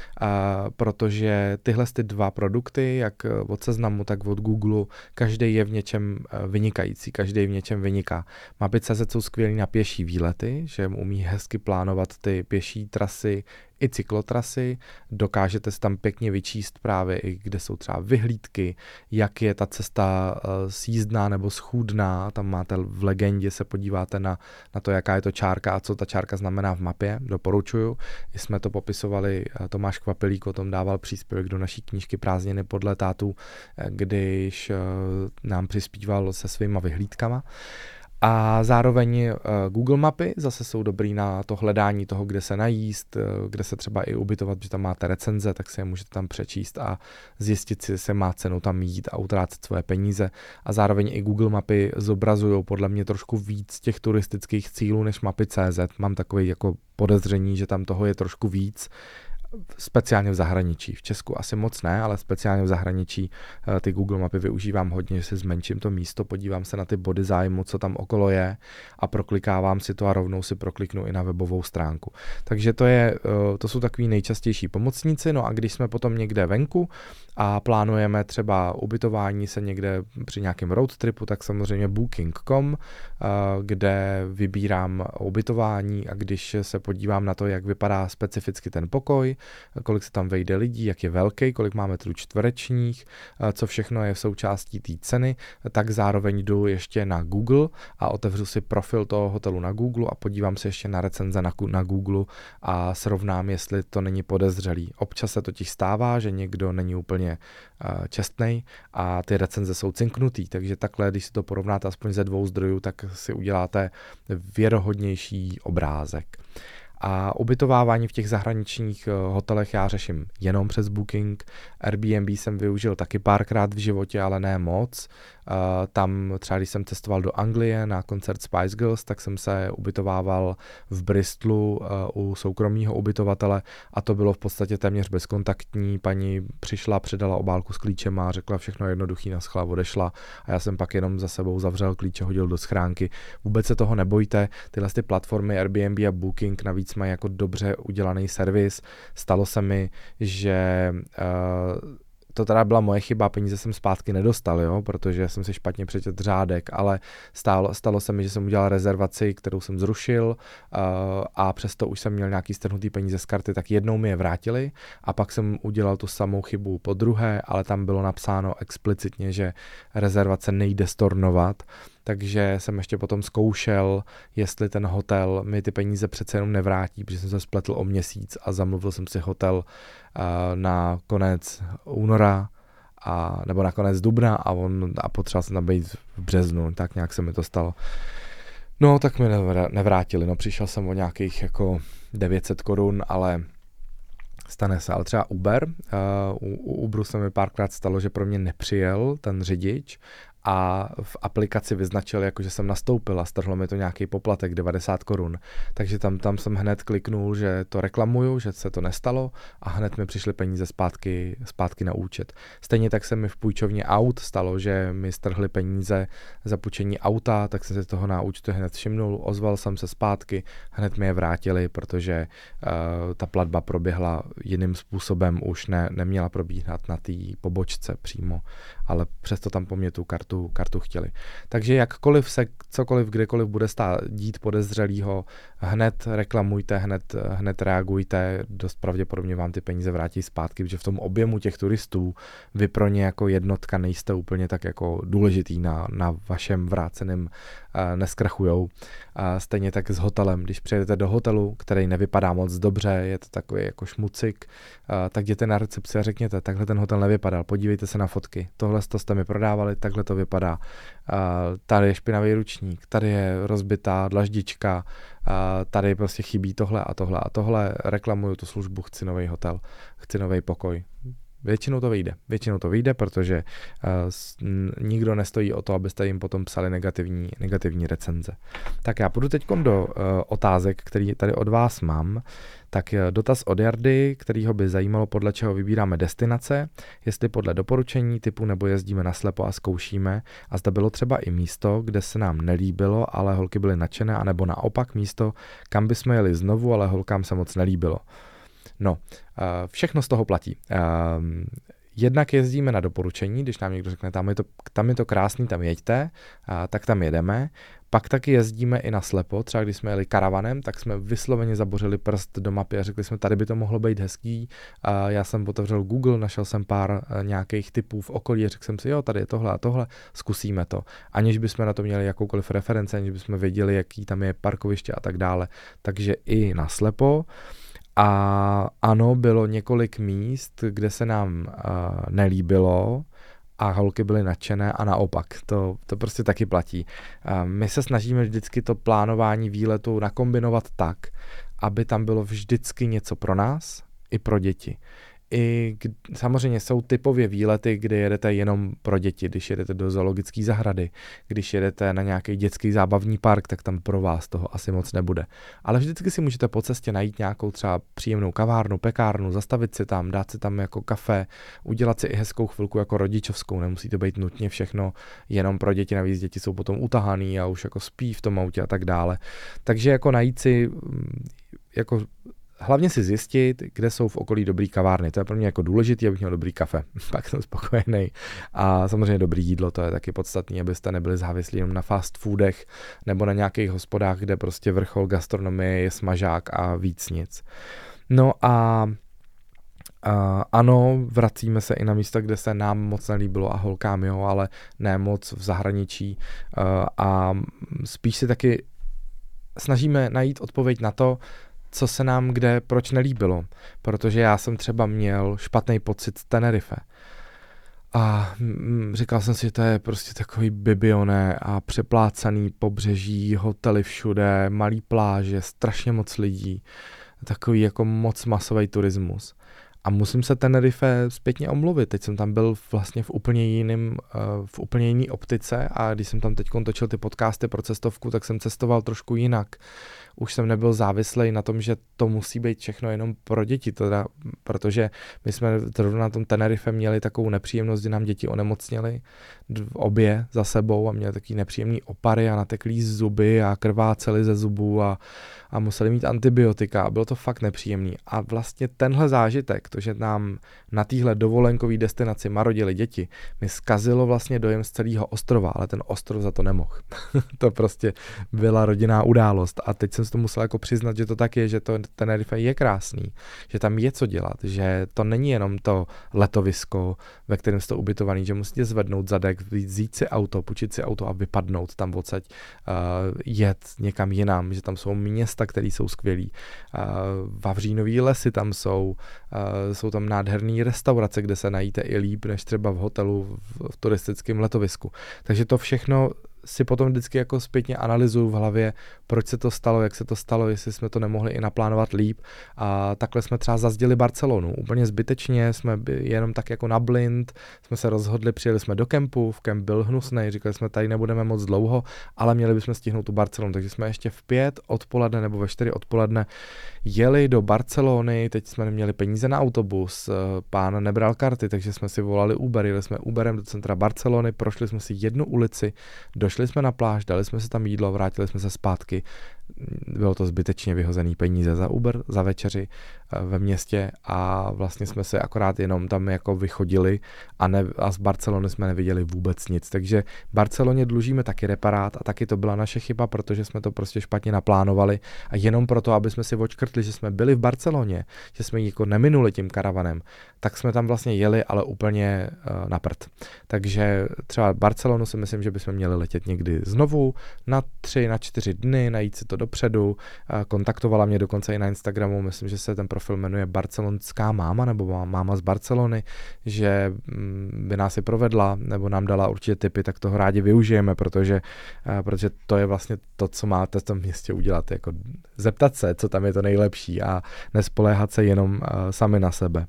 protože tyhle 2 produkty, jak od Seznamu, tak od Google, každý je v něčem vynikající, každý v něčem vyniká. Mapy.cz jsou skvělý na pěší výlety, že umí hezky plánovat ty pěší trasy i cyklotrasy, dokážete si tam pěkně vyčíst právě i kde jsou třeba vyhlídky, jak je ta cesta sjízdná nebo schůdná, tam máte v legendě, se podíváte na to, jaká je to čárka a co ta čárka znamená v mapě, doporučuju. Jsme to popisovali, Tomáš Kvapilík o tom dával příspěvek do naší knížky Prázdniny podle tátů, když nám přispíval se svýma vyhlídkama. A zároveň Google mapy zase jsou dobrý na to hledání toho, kde se najíst, kde se třeba i ubytovat, že tam máte recenze, tak si je můžete tam přečíst a zjistit si, jestli má cenu tam jít a utrácet svoje peníze. A zároveň i Google mapy zobrazují podle mě trošku víc těch turistických cílů než mapy.cz. Mám takový jako podezření, že tam toho je trošku víc. Speciálně v zahraničí. V Česku asi moc ne, ale speciálně v zahraničí ty Google mapy využívám hodně, že si zmenším to místo, podívám se na ty body zájmu, co tam okolo je a proklikávám si to a rovnou si prokliknu i na webovou stránku. Takže to jsou takový nejčastější pomocníci. No a když jsme potom někde venku a plánujeme třeba ubytování se někde při nějakém road tripu, tak samozřejmě booking.com, kde vybírám ubytování a když se podívám na to, jak vypadá specificky ten pokoj, kolik se tam vejde lidí, jak je velký, kolik máme metrů čtverečních, co všechno je součástí té ceny, tak zároveň jdu ještě na Google a otevřu si profil toho hotelu na Google a podívám se ještě na recenze na Google a srovnám, jestli to není podezřelý. Občas se totiž stává, že někdo není úplně čestnej a ty recenze jsou cinknutý, takže takhle, když si to porovnáte aspoň ze 2 zdrojů, tak si uděláte věrohodnější obrázek. A ubytovávání v těch zahraničních hotelech já řeším jenom přes Booking. Airbnb jsem využil taky párkrát v životě, ale ne moc. Tam třeba, když jsem cestoval do Anglie na koncert Spice Girls, tak jsem se ubytovával v Bristolu u soukromého ubytovatele a to bylo v podstatě téměř bezkontaktní. Paní přišla, předala obálku s klíčem a řekla všechno jednoduchý, naschla, odešla a já jsem pak jenom za sebou zavřel klíče, hodil do schránky. Vůbec se toho nebojte, tyhle ty platformy Airbnb a Booking navíc mají jako dobře udělaný servis. Stalo se mi, že to teda byla moje chyba, peníze jsem zpátky nedostal, jo, protože jsem si špatně přečetl řádek, ale stalo se mi, že jsem udělal rezervaci, kterou jsem zrušil a přesto už jsem měl nějaký strhnutý peníze z karty, tak jednou mi je vrátili a pak jsem udělal tu samou chybu po druhé, ale tam bylo napsáno explicitně, že rezervace nejde stornovat, takže jsem ještě potom zkoušel, jestli ten hotel mi ty peníze přece jenom nevrátí, protože jsem se spletl o měsíc a zamluvil jsem si hotel na konec února nebo na konec dubna a potřeboval jsem tam být v březnu, tak nějak se mi to stalo. No, tak mi nevrátili, no přišel jsem o nějakých jako 900 korun, ale stane se, ale třeba Uber, u Uberu se mi párkrát stalo, že pro mě nepřijel ten řidič a v aplikaci vyznačil, jako že jsem nastoupil a strhlo mi to nějaký poplatek 90 korun. Takže tam jsem hned kliknul, že to reklamuju, že se to nestalo a hned mi přišly peníze zpátky na účet. Stejně tak se mi v půjčovně aut stalo, že mi strhly peníze za půjčení auta, tak jsem se toho na účtu hned všimnul, ozval jsem se zpátky, hned mi je vrátili, protože ta platba proběhla jiným způsobem, už neměla probíhat na té pobočce přímo, ale přesto tam po mě tu kartu chtěli. Takže jakkoliv se cokoliv, kdekoliv bude dít podezřelýho, hned reklamujte, hned reagujte, dost pravděpodobně vám ty peníze vrátí zpátky, protože v tom objemu těch turistů vy pro ně jako jednotka nejste úplně tak jako důležitý na vašem vráceném neskrachujou. Stejně tak s hotelem, když přijedete do hotelu, který nevypadá moc dobře, je to takový jako šmucik, tak jděte na recepci a řekněte, takhle ten hotel nevypadal, podívejte se na fotky, tohle jste mi prodávali, takhle to vypadá, tady je špinavý ručník, tady je rozbitá dlaždička, tady prostě chybí tohle a tohle a tohle, reklamuju tu službu, chci nový hotel, chci nový pokoj. Většinou to vyjde, protože nikdo nestojí o to, abyste jim potom psali negativní recenze. Tak já půjdu teď do otázek, který tady od vás mám. Tak dotaz od Jardy, kterýho by zajímalo, podle čeho vybíráme destinace, jestli podle doporučení typu nebo jezdíme naslepo a zkoušíme, a zda bylo třeba i místo, kde se nám nelíbilo, ale holky byly nadšené, anebo naopak místo, kam bychom jeli znovu, ale holkám se moc nelíbilo. No, všechno z toho platí. Jednak jezdíme na doporučení, když nám někdo řekne, tam je to krásný, tam jeďte, tak tam jedeme. Pak taky jezdíme i naslepo, třeba když jsme jeli karavanem, tak jsme vysloveně zabořili prst do mapy a řekli jsme, tady by to mohlo být hezký. Já jsem otevřel Google, našel jsem pár nějakých typů v okolí a řekl jsem si, jo, tady je tohle a tohle, zkusíme to. Aniž bychom na to měli jakoukoliv reference, aniž bychom věděli, jaký tam je parkoviště a tak dále. Takže i naslepo. A ano, bylo několik míst, kde se nám nelíbilo a holky byly nadšené a naopak. To prostě taky platí. My se snažíme vždycky to plánování výletu nakombinovat tak, aby tam bylo vždycky něco pro nás i pro děti. Samozřejmě jsou typově výlety, kde jedete jenom pro děti, když jedete do zoologické zahrady, když jedete na nějaký dětský zábavní park, tak tam pro vás toho asi moc nebude. Ale vždycky si můžete po cestě najít nějakou třeba příjemnou kavárnu, pekárnu, zastavit si tam, dát si tam jako kafe, udělat si i hezkou chvilku jako rodičovskou, nemusí to být nutně všechno jenom pro děti, navíc děti jsou potom utahaný a už jako spí v tom autě a tak dále. Takže jako najít si jako hlavně si zjistit, kde jsou v okolí dobrý kavárny. To je pro mě jako důležité, abych měl dobrý kafe. Pak jsem spokojený. A samozřejmě dobrý jídlo, to je taky podstatné, abyste nebyli závislí jenom na fast foodech nebo na nějakých hospodách, kde prostě vrchol gastronomie je smažák a víc nic. No a ano, vracíme se i na místa, kde se nám moc nelíbilo a holkám, jo, ale ne moc v zahraničí. A spíš si taky snažíme najít odpověď na to, co se nám proč nelíbilo, protože já jsem třeba měl špatný pocit z Tenerife. A říkal jsem si, že to je prostě takový bibioné a přeplácaný pobřeží, hotely všude, malý pláže, strašně moc lidí, takový jako moc masový turismus. A musím se Tenerife zpětně omluvit. Teď jsem tam byl vlastně v úplně jiný optice a když jsem tam teď točil ty podcasty pro cestovku, tak jsem cestoval trošku jinak. Už jsem nebyl závislej na tom, že to musí být všechno jenom pro děti, protože my jsme zrovna na tom Tenerife měli takovou nepříjemnost, že nám děti onemocněly obě za sebou a měli takový nepříjemný opary a nateklý zuby a krváceli ze zubů a museli mít antibiotika a bylo to fakt nepříjemný. A vlastně tenhle zážitek, to, že nám na téhle dovolenkové destinaci marodili děti, mi zkazilo vlastně dojem z celého ostrova, ale ten ostrov za to nemohl. To prostě byla rodinná událost a teď jsem si to musel jako přiznat, že to tak je, že to Tenerife je krásný, že tam je co dělat, že to není jenom to letovisko, ve kterém jste ubytovaný, že musíte zvednout zadek, vzít si auto, půjčit si auto a vypadnout tam odsaď, jet někam jinam, že tam jsou města, které jsou skvělý, vavřínový lesy tam jsou tam nádherné restaurace, kde se najíte i líp, než třeba v hotelu v turistickém letovisku. Takže to všechno si potom vždycky jako zpětně analyzuju v hlavě, proč se to stalo, jak se to stalo, jestli jsme to nemohli i naplánovat líp. A takhle jsme třeba zazděli Barcelonu. Úplně zbytečně jsme jenom tak jako na blind, jsme se rozhodli, přijeli jsme do kempu, v kemp byl hnusnej, říkali jsme, tady nebudeme moc dlouho, ale měli bychom stihnout tu Barcelonu. Takže jsme ještě v 5 odpoledne nebo ve 4 odpoledne jeli do Barcelony, teď jsme neměli peníze na autobus, pán nebral karty, takže jsme si volali Uber, jeli jsme Uberem do centra Barcelony, prošli jsme si jednu ulici, došli jsme na pláž, dali jsme si tam jídlo, vrátili jsme se zpátky. Bylo to zbytečně vyhozený peníze za Uber, za večeři ve městě a vlastně jsme se akorát jenom tam jako vychodili a z Barcelony jsme neviděli vůbec nic. Takže Barceloně dlužíme taky reparát a taky to byla naše chyba, protože jsme to prostě špatně naplánovali a jenom proto, aby jsme si odškrtli, že jsme byli v Barceloně, že jsme ji jako neminuli tím karavanem, tak jsme tam vlastně jeli, ale úplně na prd. Takže třeba Barcelonu si myslím, že bychom měli letět někdy znovu na 3, na 4 dny, najít si to dopředu. Kontaktovala mě dokonce i na Instagramu, myslím, že se ten profil jmenuje Barcelonská máma nebo máma z Barcelony, že by nás i provedla nebo nám dala určitě tipy, tak toho rádi využijeme, protože to je vlastně to, co máte v tom městě udělat, jako zeptat se, co tam je to nejlepší a nespoléhat se jenom sami na sebe.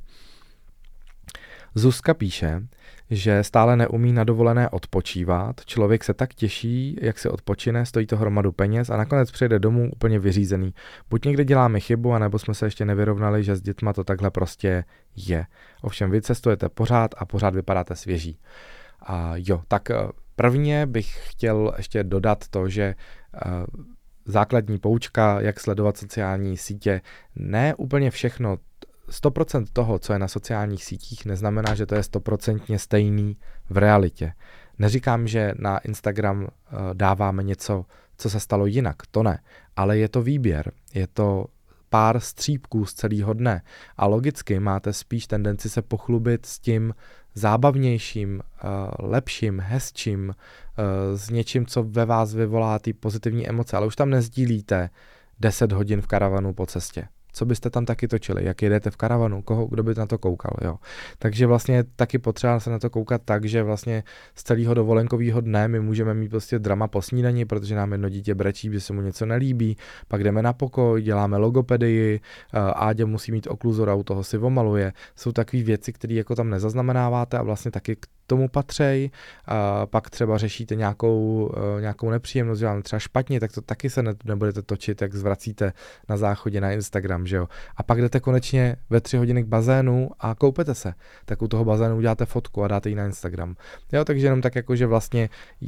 Zuzka píše, že stále neumí na dovolené odpočívat, člověk se tak těší, jak se odpočine, stojí to hromadu peněz a nakonec přijde domů úplně vyřízený. Buď někde děláme chybu, anebo jsme se ještě nevyrovnali, že s dětma to takhle prostě je. Ovšem vy cestujete pořád a pořád vypadáte svěží. A jo, tak prvně bych chtěl ještě dodat to, že základní poučka, jak sledovat sociální sítě, ne úplně všechno 100% toho, co je na sociálních sítích, neznamená, že to je 100% stejný v realitě. Neříkám, že na Instagram dáváme něco, co se stalo jinak, to ne, ale je to výběr, je to pár střípků z celého dne a logicky máte spíš tendenci se pochlubit s tím zábavnějším, lepším, hezčím, s něčím, co ve vás vyvolá ty pozitivní emoce, ale už tam nezdílíte 10 hodin v karavanu po cestě. Co byste tam taky točili, jak jedete v karavanu, kdo by na to koukal, jo. Takže vlastně taky potřeba se na to koukat tak, že vlastně z celého dovolenkového dne my můžeme mít prostě drama po snídani, protože nám jedno dítě brečí, že se mu něco nelíbí, pak jdeme na pokoj, děláme logopedii, Áďa musí mít okluzor a u toho si omaluje. Jsou takové věci, které jako tam nezaznamenáváte a vlastně taky k tomu patřej, pak třeba řešíte nějakou nepříjemnost, že vám třeba špatně, tak to taky se nebudete točit, jak zvracíte na záchodě na Instagram, že jo. A pak jdete konečně ve 3 hodiny k bazénu a koupete se. Tak u toho bazénu uděláte fotku a dáte ji na Instagram. Jo, takže jenom tak jako, že vlastně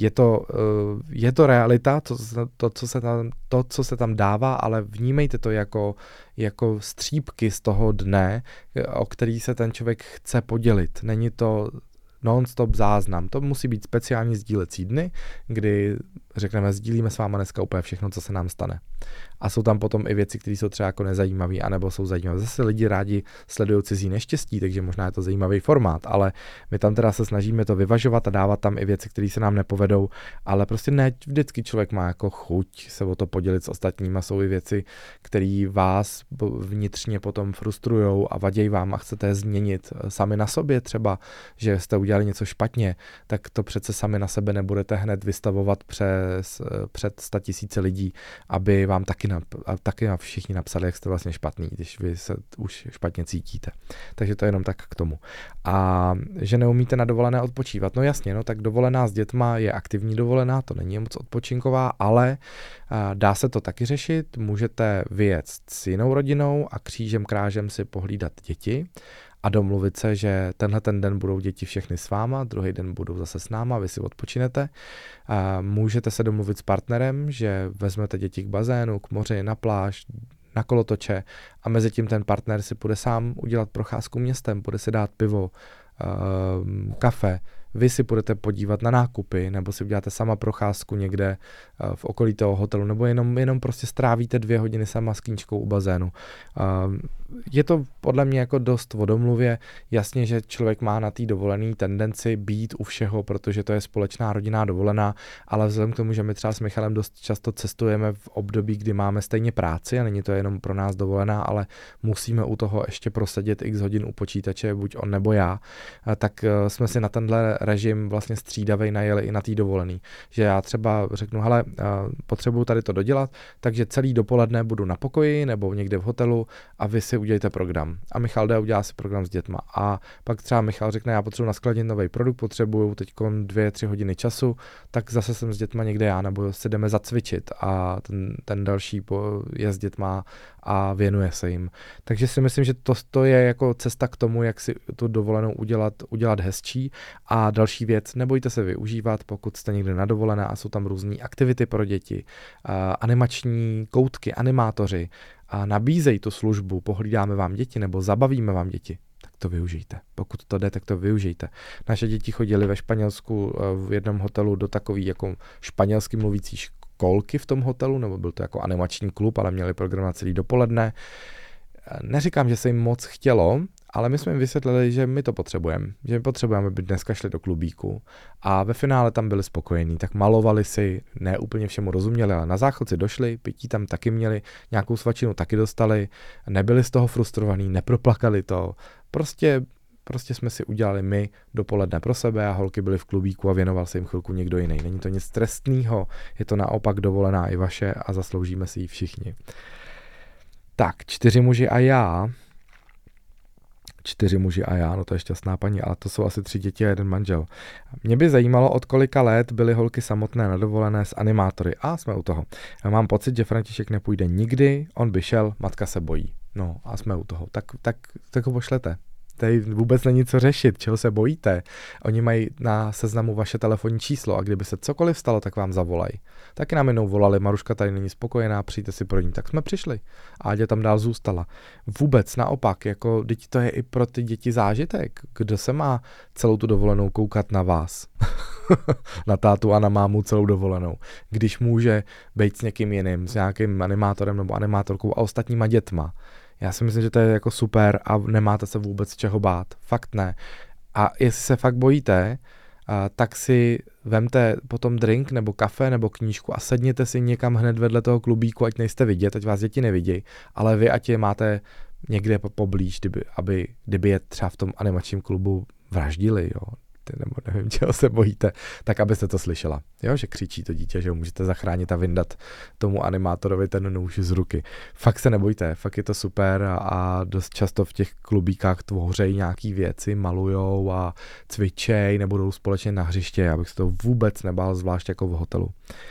je to realita, co se tam dává, ale vnímejte to jako střípky z toho dne, o který se ten člověk chce podělit. Není to non-stop záznam. To musí být speciální sdílecí dny, kdy řekneme, sdílíme s váma dneska úplně všechno, co se nám stane. A jsou tam potom i věci, které jsou třeba jako nezajímavé, anebo jsou zajímavé. Zase lidi rádi sledují cizí neštěstí, takže možná je to zajímavý formát, ale my tam teda se snažíme to vyvažovat a dávat tam i věci, které se nám nepovedou, ale prostě ne vždycky člověk má jako chuť se o to podělit s ostatníma. Jsou i věci, které vás vnitřně potom frustrujou a vadějí vám a chcete je změnit sami na sobě třeba, že jste udělali něco špatně, tak to přece sami na sebe nebudete hned vystavovat před 100 000 lidí, aby vám taky všichni napsali, jak jste vlastně špatný, když vy se už špatně cítíte. Takže to je jenom tak k tomu. A že neumíte na dovolené odpočívat. No jasně, no tak dovolená s dětma je aktivní dovolená, to není moc odpočinková, ale dá se to taky řešit. Můžete vyjet s jinou rodinou a křížem krážem si pohlídat děti a domluvit se, že tenhle ten den budou děti všechny s váma, druhý den budou zase s náma, vy si odpočinete. Můžete se domluvit s partnerem, že vezmete děti k bazénu, k moři, na pláž, na kolotoče a mezi tím ten partner si půjde sám udělat procházku městem, půjde si dát pivo, kafe, vy si půjdete podívat na nákupy, nebo si uděláte sama procházku někde v okolí toho hotelu, nebo jenom prostě strávíte 2 hodiny sama s knížkou u bazénu. Je to podle mě jako dost o domluvě. Jasně, že člověk má na té dovolené tendenci být u všeho, protože to je společná rodinná dovolená, ale vzhledem k tomu, že my třeba s Michalem dost často cestujeme v období, kdy máme stejně práci a není to jenom pro nás dovolená, ale musíme u toho ještě prosedět x hodin u počítače, buď on nebo já, tak jsme si na tenhle režim vlastně střídavej najeli i na té dovolený. Že já třeba řeknu, hele, potřebuju tady to dodělat, takže celý dopoledne budu na pokoji nebo někde v hotelu a vy si udělejte program. A Michal jde a udělá si program s dětma. A pak třeba Michal řekne, já potřebuji naskladnit nový produkt, potřebuju teď 2-3 hodiny času, tak zase jsem s dětma někde já, nebo si jdeme zacvičit a ten další je s dětma a věnuje se jim. Takže si myslím, že to je jako cesta k tomu, jak si tu dovolenou udělat hezčí. A další věc, nebojte se využívat, pokud jste někde na dovolené a jsou tam různé aktivity pro děti, animační koutky, animátoři a nabízejí tu službu, pohlídáme vám děti nebo zabavíme vám děti, tak to využijte. Pokud to jde, tak to využijte. Naše děti chodily ve Španělsku v jednom hotelu do takový jako španělsky mluvící školky v tom hotelu, nebo byl to jako animační klub, ale měli program na celý dopoledne. Neříkám, že se jim moc chtělo, ale my jsme jim vysvětlili, že my to potřebujeme, že my potřebujeme, aby dneska šli do klubíku a ve finále tam byli spokojení, tak malovali si, ne úplně všemu rozuměli, ale na záchodci došli, pití tam taky měli, nějakou svačinu taky dostali, nebyli z toho frustrovaní, neproplakali to, prostě jsme si udělali my dopoledne pro sebe a holky byly v klubíku a věnoval se jim chvilku někdo jiný. Není to nic trestného, je to naopak dovolená i vaše a zasloužíme si ji všichni. Tak, 4 muži a já, no to je šťastná paní, ale to jsou asi 3 děti a 1 manžel. Mě by zajímalo, od kolika let byly holky samotné na dovolené s animátory. A jsme u toho. Já mám pocit, že František nepůjde nikdy, on by šel, matka se bojí. No a jsme u toho. Tak ho pošlete. Tady vůbec není co řešit, čeho se bojíte. Oni mají na seznamu vaše telefonní číslo a kdyby se cokoliv stalo, tak vám zavolají. Taky nám jednou volali, Maruška tady není spokojená, přijďte si pro ní. Tak jsme přišli a Aďa tam dál zůstala. Vůbec naopak, jako teď to je i pro ty děti zážitek. Kdo se má celou tu dovolenou koukat na vás? Na tátu a na mámu celou dovolenou. Když může být s někým jiným, s nějakým animátorem nebo animátorkou a ostatníma dětma. Já si myslím, že to je jako super a nemáte se vůbec čeho bát. Fakt ne. A jestli se fakt bojíte, tak si vemte potom drink nebo kafe nebo knížku a sedněte si někam hned vedle toho klubíku, ať nejste vidět, ať vás děti nevidějí, ale vy ať je máte někde poblíž, kdyby je třeba v tom animačním klubu vraždili, jo. Nebo nevím, čeho se bojíte, tak abyste to slyšela. Jo, že křičí to dítě, že ho můžete zachránit a vyndat tomu animátorovi ten nůž z ruky. Fakt se nebojte, fakt je to super a dost často v těch klubíkách tvořejí nějaký věci, malujou a cvičej, nebo jdou společně na hřiště, abych se to vůbec nebál, zvlášť jako v hotelu.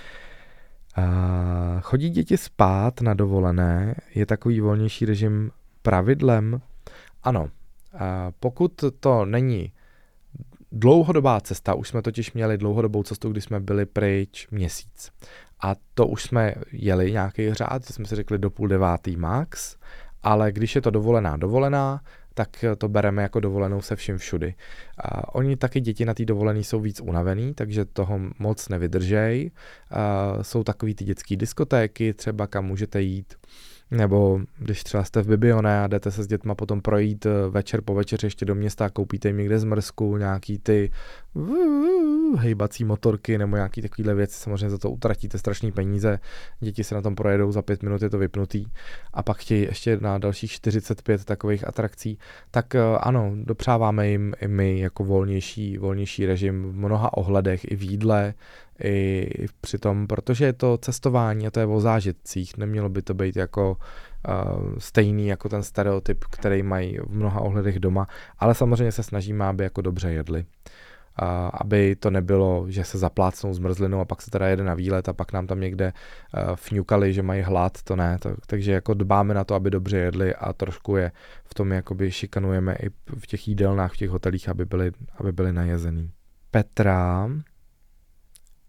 Chodí děti spát na dovolené, je takový volnější režim pravidlem? Ano, pokud to není dlouhodobá cesta, už jsme totiž měli dlouhodobou cestu, kdy jsme byli pryč měsíc. A to už jsme jeli nějaký řád, jsme si řekli do 8:30 max, ale když je to dovolená, tak to bereme jako dovolenou se vším všudy. Oni taky děti na té dovolené jsou víc unavený, takže toho moc nevydržej. Jsou takový ty dětský diskotéky, třeba kam můžete jít. Nebo když třeba jste v Bibione a jdete se s dětma potom projít večer po večeři ještě do města a koupíte jim někde zmrzku, nějaký ty hejbací motorky nebo nějaký takovýhle věci, samozřejmě za to utratíte strašný peníze, děti se na tom projedou, za 5 minut je to vypnutý a pak chtějí ještě na dalších 45 takových atrakcí, tak ano, dopřáváme jim i my jako volnější režim v mnoha ohledech i v jídle, i při tom, protože je to cestování a to je o zážitcích, nemělo by to být jako stejný jako ten stereotyp, který mají v mnoha ohledech doma, ale samozřejmě se snažíme, aby jako dobře jedli. Aby to nebylo, že se zaplácnou zmrzlinou a pak se teda jede na výlet a pak nám tam někde fňukali, že mají hlad, to ne. Takže jako dbáme na to, aby dobře jedli a trošku je v tom jakoby šikanujeme i v těch jídelnách, v těch hotelích, aby byli najezený. Petra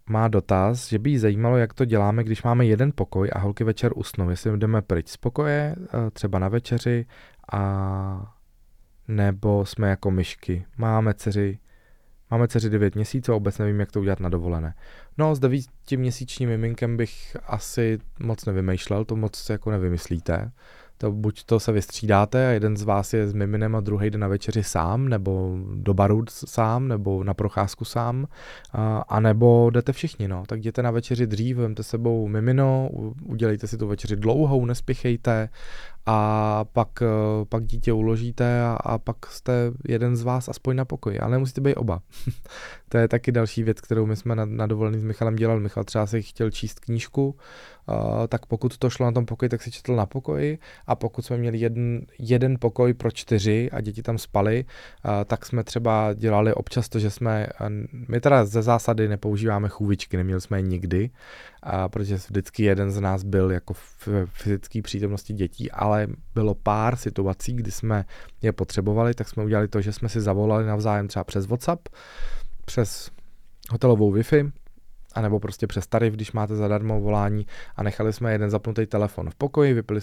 má dotaz, že by jí zajímalo, jak to děláme, když máme jeden pokoj a holky večer usnou. Jestli jdeme pryč z pokoje, třeba na večeři, a nebo jsme jako myšky. Máme dceři 9 měsíců a vůbec nevím, jak to udělat na dovolené. No, s 9měsíčním miminkem bych asi moc nevymýšlel, to moc jako nevymyslíte. To buď to se vystřídáte a jeden z vás je s miminem a druhý jde na večeři sám, nebo do baru sám, nebo na procházku sám, a nebo jdete všichni, no. Tak jděte na večeři dřív, vemte s sebou mimino, udělejte si tu večeři dlouhou, nespěchejte a pak dítě uložíte a pak jste jeden z vás aspoň na pokoji, ale nemusíte být oba. To je taky další věc, kterou my jsme na dovolený s Michalem dělali. Michal třeba si chtěl číst knížku, tak pokud to šlo na tom pokoji, tak si četl na pokoji, a pokud jsme měli jeden pokoj pro 4 a děti tam spaly, tak jsme třeba dělali občas to, že my teda ze zásady nepoužíváme chůvičky, neměli jsme je nikdy, protože vždycky jeden z nás byl jako v fyzické přítomnosti dětí, ale bylo pár situací, kdy jsme je potřebovali, tak jsme udělali to, že jsme si zavolali navzájem třeba přes WhatsApp, přes hotelovou Wi-Fi, anebo prostě přes tarif, když máte zadarmo volání, a nechali jsme jeden zapnutý telefon v pokoji, vypli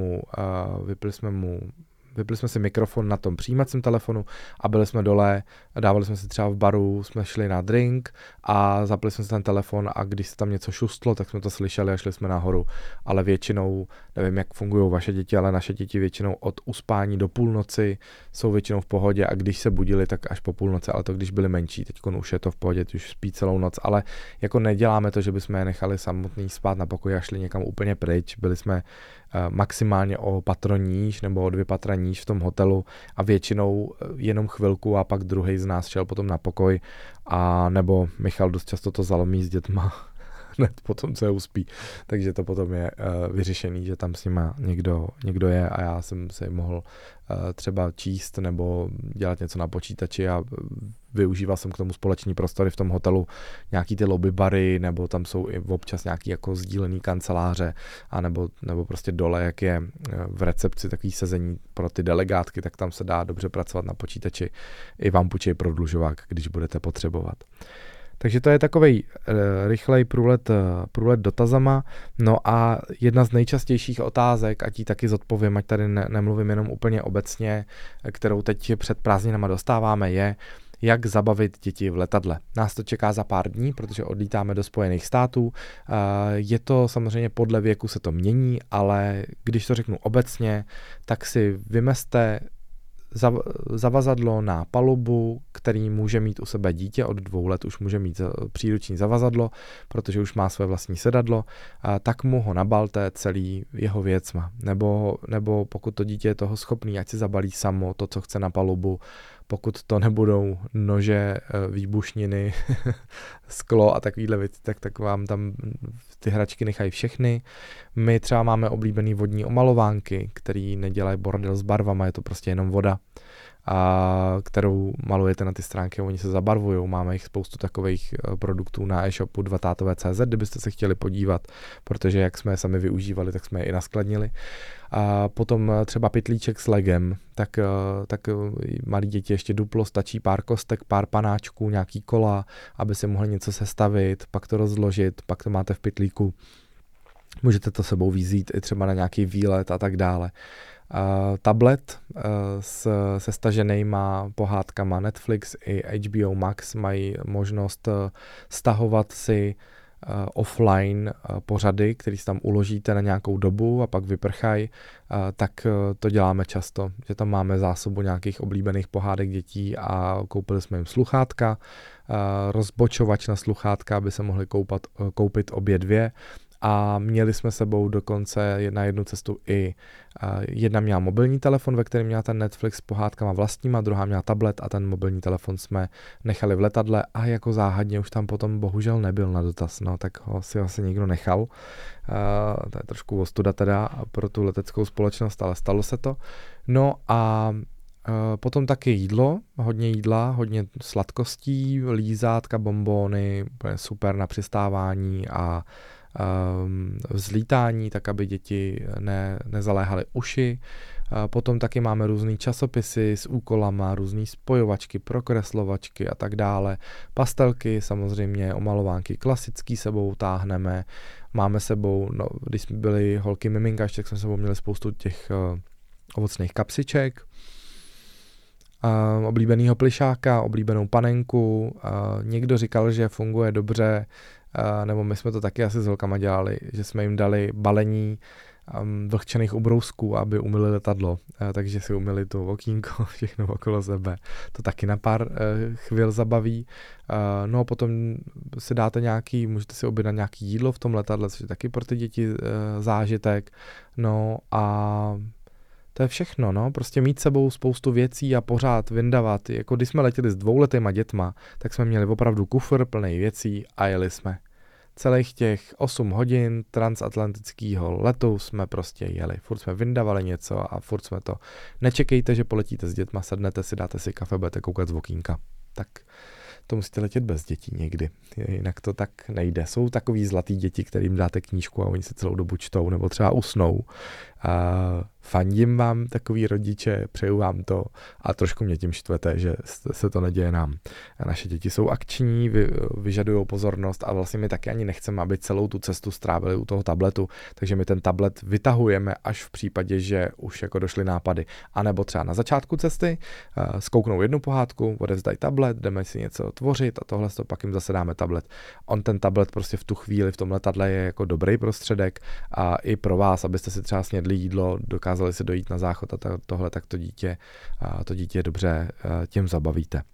jsme si mikrofon na tom přijímacím telefonu a byli jsme dole, dávali jsme si třeba v baru, jsme šli na drink a zapli jsme si ten telefon, a když se tam něco šustlo, tak jsme to slyšeli a šli jsme nahoru. Ale většinou, nevím, jak fungují vaše děti, ale naše děti většinou od uspání do půlnoci jsou většinou v pohodě, a když se budili, tak až po půlnoci, ale to když byli menší, teď už je to v pohodě, už spí celou noc, ale jako neděláme to, že bychom je nechali samotný spát na pokoji a šli někam úplně pryč. Byli jsme maximálně o patro níž nebo o 2 patra níž v tom hotelu a většinou jenom chvilku a pak druhý z nás šel potom na pokoj, a nebo Michal dost často to zalomí s dětma hned potom, co je uspí. Takže to potom je vyřešený, že tam s nima někdo je a já jsem se mohl třeba číst nebo dělat něco na počítači, a využíval jsem k tomu společní prostory v tom hotelu, nějaký ty lobby bary, nebo tam jsou i občas nějaký jako sdílený kanceláře, a nebo prostě dole, jak je v recepci takový sezení pro ty delegátky, tak tam se dá dobře pracovat na počítači. I vám půjčej prodlužovák, když budete potřebovat. Takže to je takovej rychlej průlet dotazama. No a jedna z nejčastějších otázek, ať ji taky zodpovím, ať tady nemluvím jenom úplně obecně, kterou teď před prázdninama dostáváme, je, jak zabavit děti v letadle. Nás to čeká za pár dní, protože odlítáme do Spojených států. Je to samozřejmě podle věku se to mění, ale když to řeknu obecně, tak si vymezte zavazadlo na palubu, který může mít u sebe dítě, od 2 let už může mít příruční zavazadlo, protože už má své vlastní sedadlo, tak mu ho nabalte celý jeho věcma. Nebo pokud to dítě je toho schopný, ať si zabalí samo to, co chce na palubu, pokud to nebudou nože, výbušniny, sklo a takovýhle věci, tak vám tam ty hračky nechají všechny. My třeba máme oblíbený vodní omalovánky, který nedělají bordel s barvama, je to prostě jenom voda, kterou malujete na ty stránky, oni se zabarvujou. Máme jich spoustu takových produktů na e-shopu 2tatové.cz, kdybyste se chtěli podívat, protože jak jsme je sami využívali, tak jsme je i naskladnili. A potom třeba pytlíček s legem, tak malí děti ještě duplo, stačí pár kostek, pár panáčků, nějaký kola, aby si mohli něco sestavit, pak to rozložit, pak to máte v pytlíku. Můžete to sebou vzít i třeba na nějaký výlet a tak dále. Tablet se staženýma pohádkama Netflix i HBO Max mají možnost stahovat si offline pořady, který si tam uložíte na nějakou dobu a pak vyprchají, tak to děláme často, že tam máme zásobu nějakých oblíbených pohádek dětí a koupili jsme jim sluchátka, rozbočovač na sluchátka, aby se mohli koupit obě 2. A měli jsme sebou dokonce na jednu cestu i jedna měla mobilní telefon, ve kterém měla ten Netflix s pohádkama vlastníma, druhá měla tablet a ten mobilní telefon jsme nechali v letadle a jako záhadně už tam potom bohužel nebyl na dotaz, no tak ho si asi někdo nechal. To je trošku ostuda teda pro tu leteckou společnost, ale stalo se to. No a potom taky jídlo, hodně jídla, hodně sladkostí, lízátka, bonbóny, super na přistávání a vzlítání, tak aby děti nezaléhaly uši. Potom taky máme různý časopisy s úkolama, různý spojovačky, prokreslovačky a tak dále. Pastelky, samozřejmě omalovánky klasický sebou táhneme. Máme sebou, no, když jsme byli holky miminka, tak jsme sebou měli spoustu těch ovocných kapsiček, oblíbenýho plišáka, oblíbenou panenku. Někdo říkal, že funguje dobře, nebo my jsme to taky asi s holkama dělali, že jsme jim dali balení vlhčených ubrousků, aby umyli letadlo, takže si umyli to okýnko, všechno okolo sebe. To taky na pár chvil zabaví. No a potom si dáte můžete si objednat nějaký jídlo v tom letadle, což je taky pro ty děti zážitek. No a to je všechno, no, prostě mít sebou spoustu věcí a pořád vyndavat. Jako když jsme letěli s 2letýma dětma, tak jsme měli opravdu kufr plný věcí a jeli jsme. Celých těch 8 hodin transatlantického letu jsme prostě jeli. Furt jsme vyndavali něco a furt jsme to. Nečekejte, že poletíte s dětma, sednete si, dáte si kafe, budete koukat z okýnka. Tak to musíte letět bez dětí někdy. Jinak to tak nejde. Jsou takový zlatý děti, kterým dáte knížku a oni se celou dobu čtou nebo třeba usnou. Fandím vám, takový rodiče, přeju vám to a trošku mě tím štvete, že se to neděje nám. Naše děti jsou akční, vyžadují pozornost a vlastně my taky ani nechceme, aby celou tu cestu strávili u toho tabletu, takže my ten tablet vytahujeme až v případě, že už jako došly nápady. A nebo třeba na začátku cesty zkouknou jednu pohádku, odevzdají tablet, jdeme si něco tvořit a tohle to pak jim zase dáme tablet. Ten tablet prostě v tu chvíli v tom letadle je jako dobrý prostředek a i pro vás, abyste si třeba snědli jídlo, dokázali si dojít na záchod a tohle, tak to dítě dobře tím zabavíte.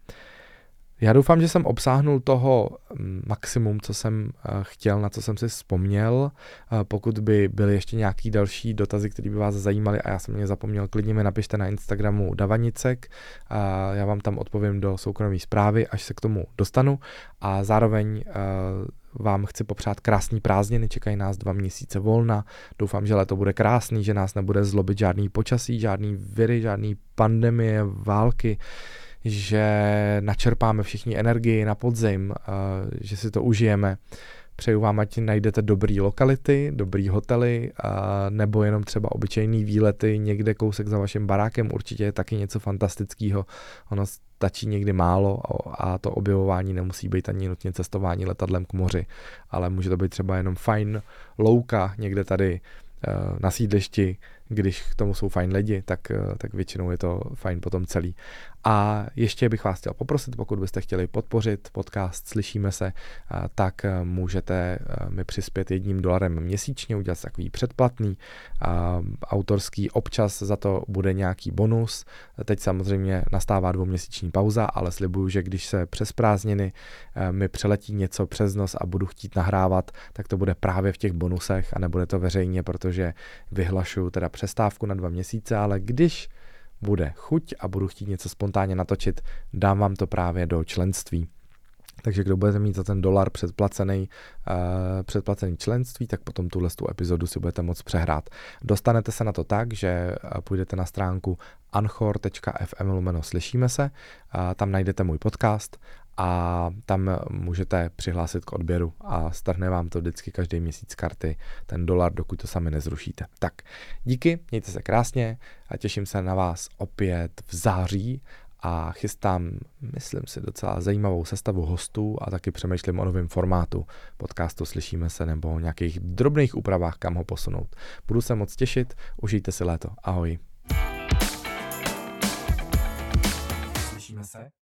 Já doufám, že jsem obsáhnul toho maximum, co jsem chtěl, na co jsem si vzpomněl. Pokud by byly ještě nějaký další dotazy, které by vás zajímaly a já jsem je zapomněl, klidně mi napište na Instagramu Davanicek. Já vám tam odpovím do soukromé zprávy, až se k tomu dostanu. A zároveň vám chci popřát krásný prázdniny, čekají nás 2 měsíce volna. Doufám, že léto bude krásný, že nás nebude zlobit žádný počasí, žádný viry, žádný pandemie, války, že načerpáme všichni energii na podzim, že si to užijeme. Přeju vám, ať najdete dobrý lokality, dobrý hotely, nebo jenom třeba obyčejný výlety někde kousek za vaším barákem. Určitě je taky něco fantastického. Ono stačí někdy málo a to objevování nemusí být ani nutně cestování letadlem k moři, ale může to být třeba jenom fajn louka někde tady na sídlišti, když k tomu jsou fajn lidi, tak většinou je to fajn potom celý. A ještě bych vás chtěl poprosit, pokud byste chtěli podpořit podcast Slyšíme se, tak můžete mi přispět $1 měsíčně, udělat takový předplatný, autorský, občas za to bude nějaký bonus. Teď samozřejmě nastává 2měsíční pauza, ale slibuju, že když se přes prázdniny mi přeletí něco přes nos a budu chtít nahrávat, tak to bude právě v těch bonusech a nebude to veřejně, protože vyhlašuju teda přestávku na 2 měsíce, ale když bude chuť a budu chtít něco spontánně natočit, dám vám to právě do členství. Takže kdo budete mít za ten $1 předplacený členství, tak potom tu epizodu si budete moct přehrát. Dostanete se na to tak, že půjdete na stránku anchor.fm/slyšíme se, tam najdete můj podcast a tam můžete přihlásit k odběru a strhne vám to vždycky každý měsíc karty ten $1, dokud to sami nezrušíte. Tak díky, mějte se krásně a těším se na vás opět v září a chystám, myslím si, docela zajímavou sestavu hostů a taky přemýšlím o novém formátu podcastu Slyšíme se nebo o nějakých drobných úpravách, kam ho posunout. Budu se moc těšit, užijte si léto. Ahoj. Slyšíme se?